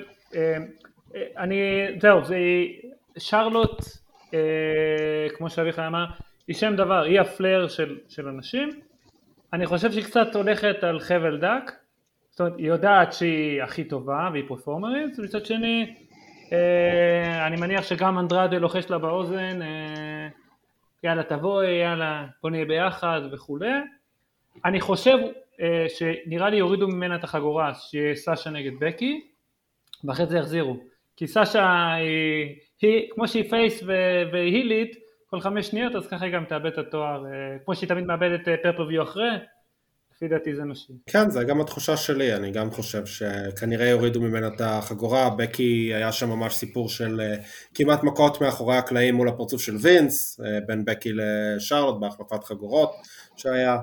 זהו, זה שרלוט, כמו שאביחי אמר, היא שם דבר, היא הפלר של אנשים, אני חושב שהיא קצת הולכת על חבל דק, זאת אומרת, היא יודעת שהיא הכי טובה והיא פרפורמרית, ומצד שני, אני מניח שגם אנדרדה לוחש לה באוזן, יאללה תבואי, יאללה בוא נהיה ביחד וכו'. אני חושב שנראה לי יורידו ממנה את החגורה, שיהיה סאשה נגד בקי, ואחרי זה יחזירו. כי סאשה היא כמו שהיא פייס והילית כל 5 שניות, אז ככה היא גם תאבד את התואר, כמו שהיא תמיד מאבדת פרפריוויו אחרי, לפי דעתי זה משהו. כן, זה גם התחושה שלי, אני גם חושב שכנראה יורידו ממנה את החגורה, בקי היה שם ממש סיפור של כמעט מכות מאחורי הקלעים מול הפרצוף של וינס, בין בקי לשרלוט בהחלפת חגורות שהיה.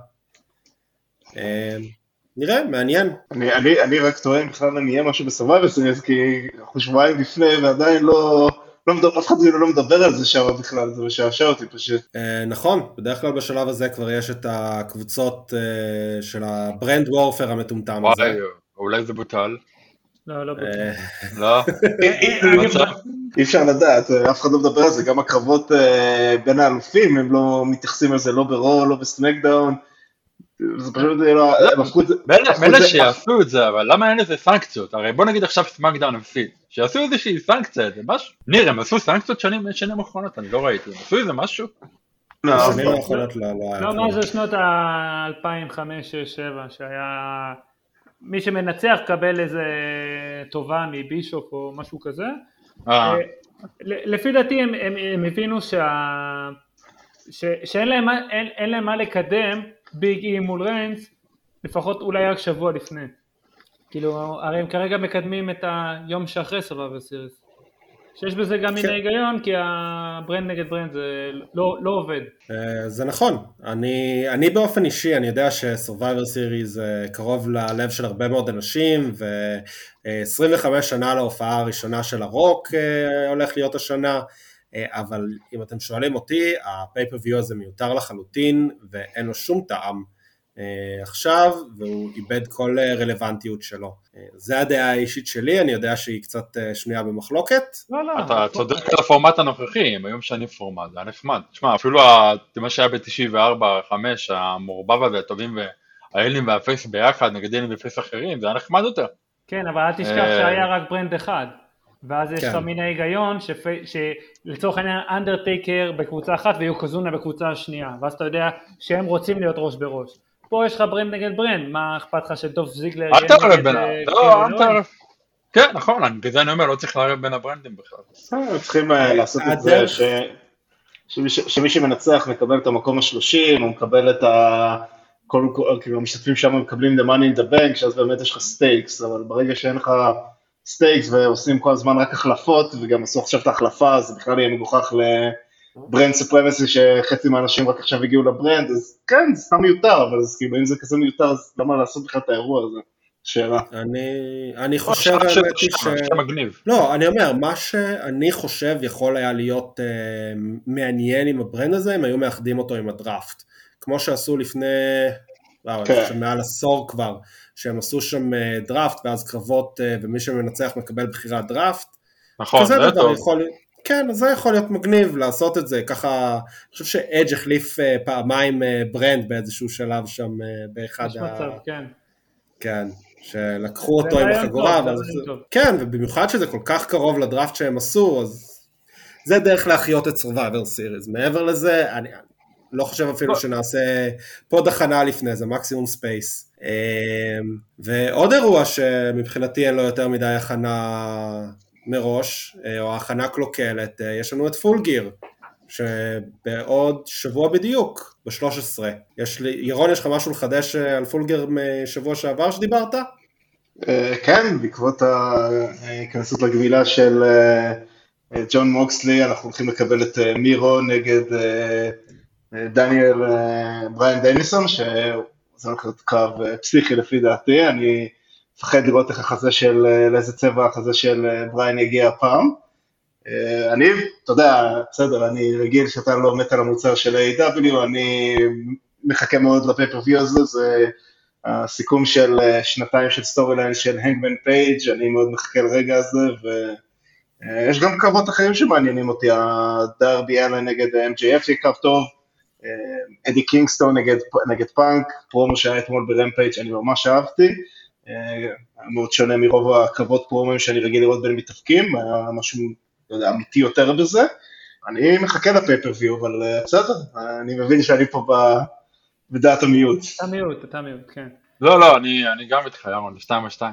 נראה, מעניין. אני רק טוען בכלל אם יהיה משהו בסרווייבר סיריס, כי אנחנו שבועיים לפני ועדיין אף אחד לא מדבר על זה שם בכלל, זה משעשע אותי פשוט. נכון, בדרך כלל בשלב הזה כבר יש את הקבוצות של הברנד וורפר המטומטם הזה. וואי, אולי זה בוטל. לא בוטל. לא? אי אפשר לדעת, אף אחד לא מדבר על זה, גם הקרבות בין האלופים, הם לא מתייחסים על זה לא ברו, לא בסמקדאון, זה פשוט לא, מילא שיעשו את זה, אבל למה אין איזה סנקציות? הרי בוא נגיד עכשיו סמקדאון הפסיד, שיעשו איזושהי סנקציה, זה משהו? ניר, הם עשו סנקציות שנים אחרונות, אני לא ראיתי, הם עשו איזה משהו? שנים האחרונות לא. לא, מה זה שנות ה-2005-2007, שהיה מי שמנצח קבל איזה טובה מבישופ או משהו כזה, לפי דעתי הם הבינו שאין להם מה לקדם ביג אי מול ריינס, לפחות אולי רק שבוע לפני. כאילו, הרי הם כרגע מקדמים את היום שאחרי סרווייבר סיריס. שיש בזה גם מן ההיגיון, כי הברנד נגד ברנד זה לא עובד. זה נכון. אני באופן אישי, אני יודע שסרווייבר סיריס קרוב ללב של הרבה מאוד אנשים, ו-25 שנה להופעה הראשונה של הרוק הולך להיות השנה, אבל אם אתם שואלים אותי, הפייפריוויו הזה מיותר לחלוטין, ואין לו שום טעם עכשיו, והוא איבד כל רלוונטיות שלו. זה הדעה האישית שלי, אני יודע שהיא קצת שנויה במחלוקת. לא. אתה צודק על הפורמט הנוכחי, הם היו משנים פורמט, זה היה נחמד. תשמע, אפילו מה שהיה ב-94-5, המורבב הזה, הטובים והאלים והפייס ביחד, נגד אלים ופייס אחרים, זה היה נחמד יותר. כן, אבל אל תשכח שהיה רק ברנד אחד. ואז יש לך מן ההיגיון שלצורך העניין אנדרטייקר בקבוצה אחת ויוקוזונה בקבוצה השנייה, ואז אתה יודע שהם רוצים להיות ראש בראש. פה יש לך ברנד נגד ברנד, מה אכפת לך שדוף זיגלר... אל תערב ביניהם, לא, אל תערב. כן, נכון, בגלל אני אומר, לא צריך לערב בין הברנדים בכלל. צריכים לעשות את זה שמי שמנצח מקבל את המקום ה-30, הוא מקבל את כאילו המשתתפים שם מקבלים the money in the bank, שאז באמת יש לך סטייקס, אבל ברגע שאין לך סטייקס ועושים כל הזמן רק החלפות, וגם עשו עכשיו את ההחלפה, אז בכלל יהיה מגוחך לברנד סופרמסי, שחצי מהאנשים רק עכשיו הגיעו לברנד, אז כן, זה סתם מיותר, אבל אז כאילו אם זה כזה מיותר, אז למה לעשות בכלל את האירוע הזה? שאלה. אני חושב מגניב. לא, אני אומר, מה שאני חושב יכול היה להיות מעניין עם הברנד הזה, הם היו מאחדים אותו עם הדראפט. כמו שעשו לפני, מעל עשור כבר, שהם עשו שם דראפט, ואז קרבות, ומי שמנצח מקבל בחירת דראפט. נכון, זה טוב. כן, אז זה יכול להיות מגניב לעשות את זה, ככה, אני חושב שאדג' החליף פעמיים ברנד באיזשהו שלב שם, באחד יש מצב, כן. כן, שלקחו אותו עם החגורה, כן, ובמיוחד שזה כל כך קרוב לדראפט שהם עשו, אז זה דרך להחיות את Survivor Series. מעבר לזה, אני לא חושב אפילו שנעשה פוד הכנה לפני זה, מקסימום ספייס. ועוד אירוע שמבחינתי אין לו יותר מדי הכנה מראש, או הכנה קלוקלת, יש לנו את פול גיר, שבעוד שבוע בדיוק, ב-13. ירון, יש לך משהו לחדש על פול גיר משבוע שעבר שדיברת? כן, בעקבות ההיכנסות לגמילה של ג'ון מוקסלי, אנחנו הולכים לקבל את מירו נגד דניאל בריין דניסון, שזה הולך להיות קרב פסיכי לפי דעתי, אני מפחד לראות איך החזה של, לאיזה צבע החזה של בריין יגיע הפעם. אני, אתה יודע, בסדר, אני רגיל שאתה לא מת על המוצר של A.W, אני מחכה מאוד לפייפרוויו הזה, זה הסיכום של שנתיים של סטורי ליין של הנגמן פייג', אני מאוד מחכה לרגע הזה, ויש גם קרבות אחרים שמעניינים אותי, הדרבי אלן נגד MJF יקרב טוב, אדי קינגסטון נגד פאנק, פרומו שהיה אתמול ברמפייג' אני ממש אהבתי, מאוד שונה מרוב הקרבות פרומים שאני רגיל לראות בין מתאפקים, היה משהו, לא יודע, אמיתי יותר בזה, אני מחכה לפייפרוויו, אבל בסדר, אני מבין שאני פה בדעת המיעוט. אתה מיעוט, כן. לא, אני גם איתך, ירון, 2-2.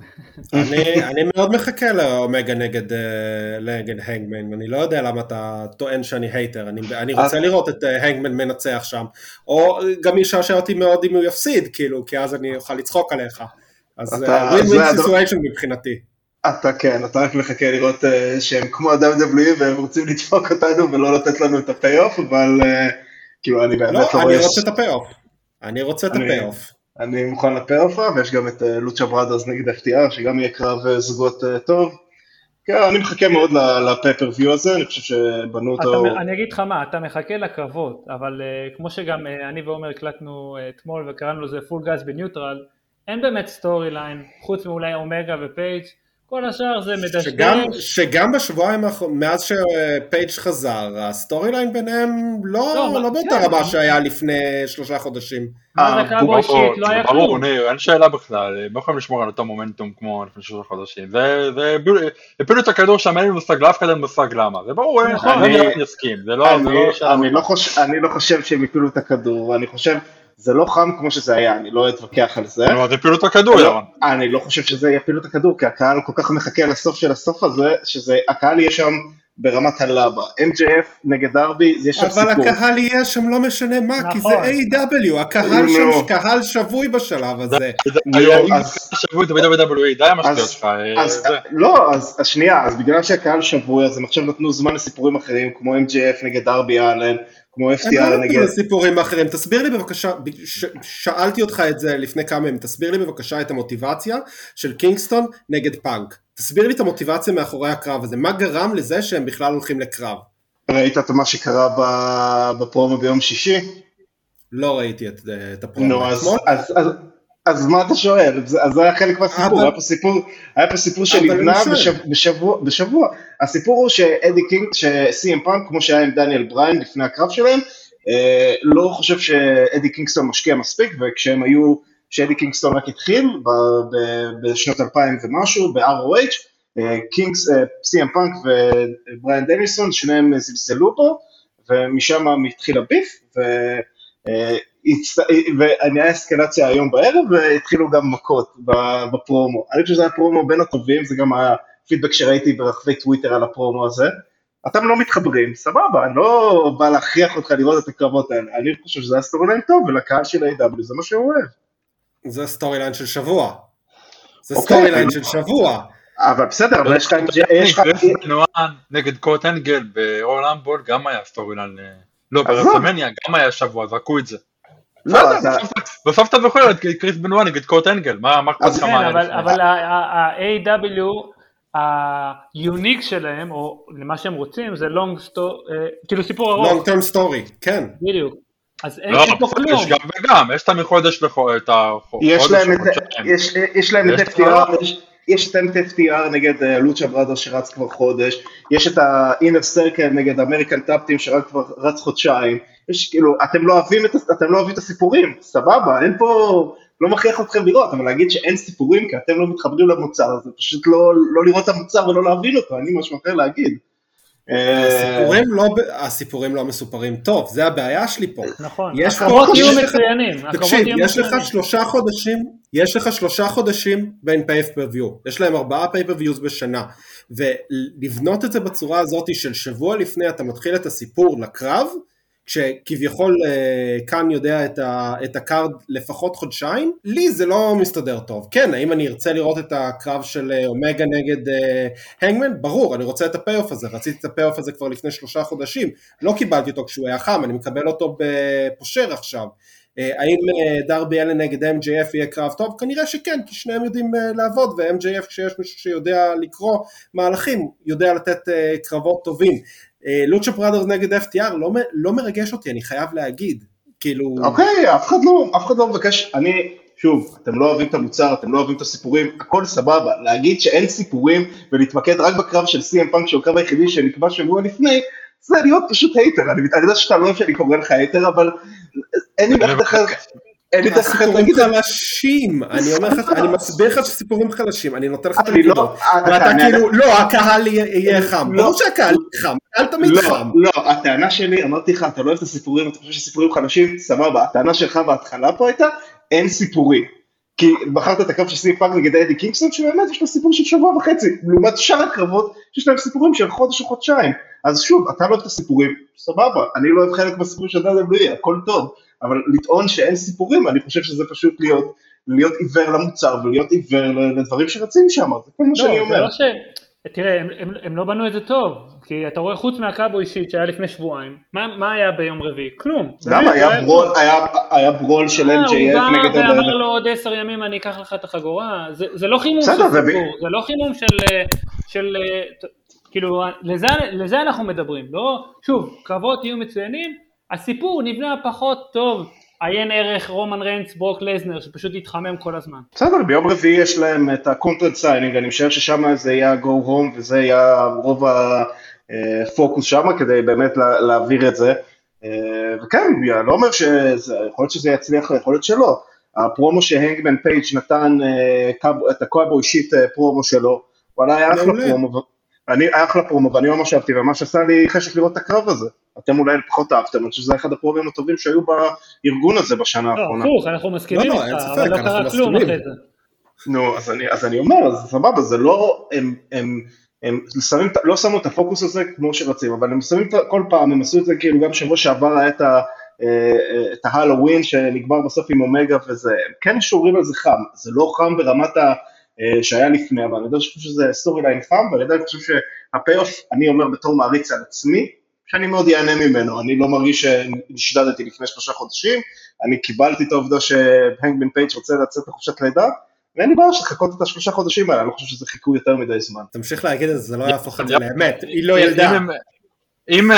אני מאוד מחכה לאומגה נגד הנגמן, אני לא יודע למה אתה טוען שאני הייטר, אני רוצה לראות את הנגמן מנצח שם, או גם ישעשע אותי מאוד אם הוא יפסיד, כאילו, כי אז אני אוכל לצחוק עליך, אז ווין סיטואשן מבחינתי. אתה רק מחכה לראות שהם כמו ה-WWE והם רוצים לדפוק אותנו ולא לתת לנו את הפי-אוף, אבל כאילו אני באמת לא רואה... אני רוצה את הפי-אוף. אני מוכן לפי-אוף, ויש גם את לוצ'ה ברדרס נגד FTR, שגם יהיה קרב זוגות טוב. כן, אני מחכה מאוד לפייפרוויו הזה, אני חושב שבנו אותו... אני אגיד לך מה, אתה מחכה לקרבות, אבל כמו שגם אני ועומר הקלטנו אתמול וקראנו לזה פול גז בניוטרל, אין באמת סטורי ליין, חוץ מאולי אומגה ופייג', כל השאר זה מדשדש. שגם בשבועיים מאז שפייג' חזר, הסטורי ליין ביניהם לא באותה רמה שהיה לפני 3 חודשים. ברור, אין שאלה בכלל, לא יכולים לשמור על אותו מומנטום כמו לפני 3 חודשים. הפילו את הכדור שם, אין לי מושג, לאף אחד אין מושג למה. זה ברור, אני אסכים. אני לא חושב שהם הפילו את הכדור, אני חושב... זה לא חם כמו שזה היה, אני לא אתווכח על זה. זה יפילו את הכדור, ירון. אני לא חושב שזה יפילו את הכדור, כי הקהל כל כך מחכה לסוף של הסוף הזה, שהקהל יהיה שם ברמת הלבה. MJF נגד דרבי, זה יש שם סיפור. אבל הקהל יהיה שם לא משנה מה, כי זה A.W, הקהל שם קהל שבוי בשלב הזה. שבוי, זה ב-WWE, די המשטיות שלך. לא, אז שנייה, אז בגלל שהקהל שבוי, אז הם עכשיו נתנו זמן לסיפורים אחרים, כמו MJF נגד דרבי אלן, כמו FTR נגד... סיפורים אחרים, תסביר לי בבקשה, שאלתי אותך את זה לפני כמה ימים, תסביר לי בבקשה את המוטיבציה של קינגסטון נגד פאנק, תסביר לי את המוטיבציה מאחורי הקרב הזה, מה גרם לזה שהם בכלל הולכים לקרב? ראית את מה שקרה בפרומו ביום שישי? לא ראיתי את הפרומו. אז מה אתה שואל? אז זה היה חלק מהסיפור, היה פה סיפור שנבנה בשבוע. הסיפור הוא שאדי קינג, שסי.אם פאנק, כמו שהיה עם דניאל בריין לפני הקרב שלהם, לא חושב שאדי קינגסטון משקיע מספיק, כשאדי קינגסטון רק התחיל, בשנות 2000 ומשהו, ב-ROH, סי.אם פאנק ובריין דניסון, שניהם זלזלו בו, ומשם מתחיל הביף, ואני היה אסקלציה היום בערב, והתחילו גם מכות בפרומו. אני חושב שזה היה פרומו בין הטובים, זה גם הפידבק שראיתי ברחבי טוויטר על הפרומו הזה. אתם לא מתחברים, סבבה, אני לא בא להכריח אותך לראות את הקרבות האלה, אני חושב שזה היה סטורי ליין טוב, ולקהל של A.W. זה מה שהוא אוהב. זה סטורי ליין של שבוע. זה סטורי ליין של שבוע. אבל בסדר, אבל יש לך... קריס בנואן נגד קורט אנגל בעולם בול גם היה סטורי ליין, לא, ברסלמניה גם היה שבוע, זרקו את זה. בסוף אתה זוכר את קריס בנואן נגד קורט אנגל, מה קורט כמה היה? אבל ה-A.W. היוניק שלהם, או למה שהם רוצים, זה כאילו סיפור ארוך. long term story, כן. בדיוק. אז אין פה כלום. יש גם וגם, יש את המחודש את החודש. יש להם את FTR, יש את FTR נגד לוצ'ה בראדר שרץ כבר חודש, יש את ה-Inner Circle נגד אמריקן טאפטים שרק כבר רץ חודשיים, יש כאילו, אתם לא אוהבים את הסיפורים, סבבה, אין פה... לא מכריח אתכם לראות, אבל להגיד שאין סיפורים, כי אתם לא מתחברים למוצר, זה פשוט לא לראות את המוצר ולא להבין אותו, אני משהו אחר להגיד. הסיפורים לא מסופרים טוב, זה הבעיה שלי פה. נכון, הקרבות יהיו מצוינים. תקשיב, יש לך 3 חודשים בין פייפריוויו, יש להם 4 פייפריוויוז בשנה, ולבנות את זה בצורה הזאת של שבוע לפני אתה מתחיל את הסיפור לקרב, כשכביכול כאן יודע את הקארד לפחות חודשיים, לי זה לא מסתדר טוב. כן, האם אני ארצה לראות את הקרב של אומגה נגד הנגמן? ברור, אני רוצה את הפי-אוף הזה, רציתי את הפי-אוף הזה כבר לפני 3 חודשים, לא קיבלתי אותו כשהוא היה חם, אני מקבל אותו בפושר עכשיו. האם דרבי אלן נגד MJF יהיה קרב טוב? כנראה שכן, כי שניהם יודעים לעבוד, ו-MJF כשיש מישהו שיודע לקרוא מהלכים, יודע לתת קרבות טובים. לוצ'ה בראדרס נגד FTR לא מרגש אותי, אני חייב להגיד, כאילו... אוקיי, אף אחד לא מבקש, שוב, אתם לא אוהבים את המוצר, אתם לא אוהבים את הסיפורים, הכל סבבה, להגיד שאין סיפורים ולהתמקד רק בקרב של CM פאנק, שהוא הקרב היחידי שנקבע שבוע לפני, זה להיות פשוט הייטר, אני יודע שאתה לא אוהב שאני קורא לך הייטר, אבל אין לי דרך אחר... הסיפורים חלשים, אני אומר לך, אני מסביר לך שסיפורים חלשים, אני נותן לך את הנקודות, ואתה כאילו, לא, הקהל יהיה חם, ברור שהקהל יהיה חם, הקהל תמיד חם. לא, הטענה שלי, אמרתי לך, אתה לא אוהב את הסיפורים, אתה חושב שסיפורים חלשים, סבבה, הטענה שלך בהתחלה פה הייתה, אין סיפורים, כי בחרת את הקרב של סי פאנק נגד אדי קינגסטון, שבאמת יש לו סיפור של שבוע וחצי, לעומת שאר הקרבות, שיש להם סיפורים של חודש או חודשיים, אז שוב, אתה לא אוהב את הסיפורים, סבבה, אני לא אוהב חלק מהסיפור של WWE, הכל טוב, אבל לטעון שאין סיפורים, אני חושב שזה פשוט להיות עיוור למוצר, ולהיות עיוור לדברים שרצים שם, זה כל מה שאני אומר. תראה, הם לא בנו את זה טוב, כי אתה רואה חוץ מהקאבו אישית שהיה לפני שבועיים, מה היה ביום רביעי? כלום. למה? היה ברול של MJF נגד... הוא בא ואמר לו עוד 10 ימים אני אקח לך את החגורה, זה לא חימום של סיפור, זה לא חימום של... כאילו, לזה אנחנו מדברים, לא? שוב, קרבות יהיו מצוינים, הסיפור נבנה פחות טוב, עיין ערך רומן ריינס, ברוק לזנר, שפשוט יתחמם כל הזמן. בסדר, ביום רביעי יש להם את הקונטרנט סיינינג, אני חושב ששם זה יהיה go home, וזה יהיה רוב הפוקוס שם, כדי באמת להעביר את זה. וכן, אני לא אומר יכול להיות שזה יצליח, יכול להיות שלא. הפרומו שהנגמן פייג' נתן את הקאבו אישית פרומו שלו, וואלה היה אחלה פרומו. היה אחלה פרומו, ואני ממש אהבתי, וממש עשה לי חשק לראות את הקרב הזה. אתם אולי פחות אהבתם, אני חושב שזה אחד הפרומים הטובים שהיו בארגון הזה בשנה האחרונה. לא, הפוך, אנחנו מסכימים איתך, אבל לא קרה כלום אחרי זה. נו, אז אני אומר, אז סבבה, זה לא, הם לא שמו את הפוקוס הזה כמו שרצים, אבל הם שמים כל פעם, הם עשו את זה כאילו גם שבוע שעבר היה את ההלווין שנגמר בסוף עם אומגה וזה, הם כן שורים על זה חם, זה לא חם ברמת שהיה לפני, אבל אני יודע שזה סטורי ליין חם, ואני יודע שהפי-אוף, אני אומר בתור מעריץ על עצמי, שאני מאוד יענה ממנו, אני לא מרגיש שנשדדתי לפני 3 חודשים, אני קיבלתי את העובדה שהנגמן פייג' רוצה לצאת לחופשת לידה, ואין לי בעיה שחכות את 3 חודשים האלה, אני לא חושב שזה חיכו יותר מדי זמן. תמשיך להגיד את זה, זה לא יהפוך את זה לאמת, היא לא ילדה. אם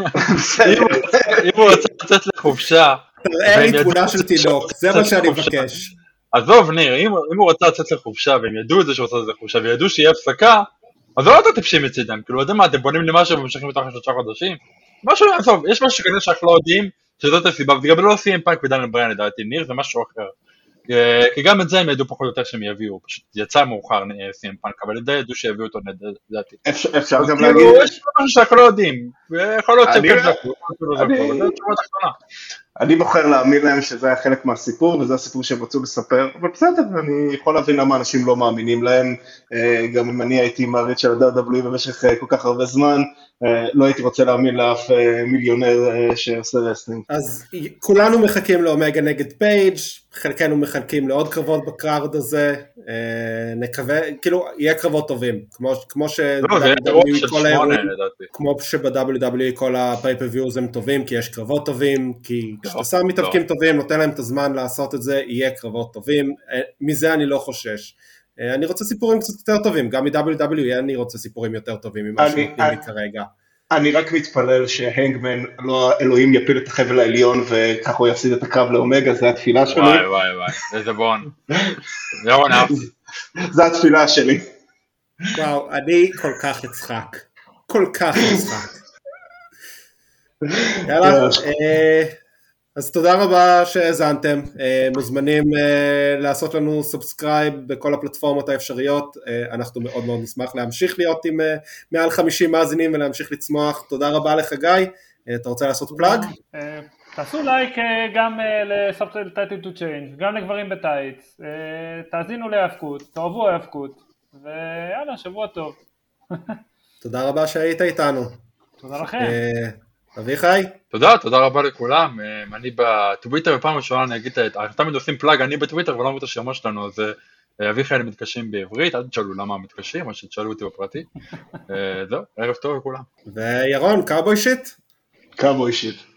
הוא רוצה לצאת לחופשה, תראה לי תמונה של תינוק, זה מה שאני מבקש. עזוב ניר, אם הוא רוצה לצאת לחופשה, והם ידעו את זה שהוא רוצה לצאת לחופשה, וידעו שיהיה הפסקה, אז לא אתה טיפשים מצידם, כאילו, אתם מה, אתם בונים לי משהו ומשכים אותך 3 חודשים? משהו, עזוב, יש משהו שכנראה שאנחנו לא יודעים, שזאת הסיבה, וזה גם לא CM פאנק ודניאל בריין לדעתי, ניר, זה משהו אחר. כי גם את זה הם ידעו פחות או יותר שהם יביאו, פשוט יצא מאוחר CM פאנק, אבל ידעו שיביאו אותו לדעתי. אפשר גם להגיד... יש משהו שאנחנו לא יודעים, ויכול להיות שהם כן זכו, אני בוחר להאמין להם שזה היה חלק מהסיפור, וזה הסיפור שהם רצו לספר, אבל בסדר, אני יכול להבין למה אנשים לא מאמינים להם, גם אם אני הייתי מעריץ של ה-WWE במשך כל כך הרבה זמן, לא הייתי רוצה להאמין לאף מיליונר שעושה רסלינג. אז כולנו מחכים לאומגה נגד פייג', חלקנו מחכים לעוד קרבות בקרארד הזה, נקווה, כאילו, יהיה קרבות טובים, כמו שב-WWE כל ה-pay-per-views הם טובים, כי יש קרבות טובים, כי כשאתה שם מתאבקים טובים, נותן להם את הזמן לעשות את זה, יהיה קרבות טובים, מזה אני לא חושש. אני רוצה סיפורים קצת יותר טובים, גם מ-WWE אני רוצה סיפורים יותר טובים ממה שנותנים לי כרגע. אני רק מתפלל שהנגמן, לא אלוהים יפיל את החבל העליון וכך הוא יפסיד את הקרב לאומגה, זה התפילה שלי. וואי, איזה בון. זה התפילה שלי. וואו, אני כל כך אצחק. כל כך אצחק. יאללה, אז תודה רבה שהאזנתם, מוזמנים לעשות לנו סאבסקרייב בכל הפלטפורמות האפשריות, אנחנו מאוד מאוד נשמח להמשיך להיות עם מעל 50 מאזינים ולהמשיך לצמוח, תודה רבה לך גיא, אתה רוצה לעשות פלאג? תעשו לייק גם ל-Subtitle to Change, גם לגברים בטייץ, תאזינו להיאבקות, תאהבו ההיאבקות, ויאללה, שבוע טוב. תודה רבה שהיית איתנו. תודה לכם. אביחי? תודה רבה לכולם, אני בטוויטר בפעם ראשונה, אני אגיד, תמיד עושים פלאג, אני בטוויטר ולא אומר את השמות שלנו, אז אביחי אני מתקשים בעברית, אל תשאלו למה מתקשים, או שתשאלו אותי בפרטי, זהו, ערב טוב לכולם. וירון, קאובוי שיט? קאובוי שיט.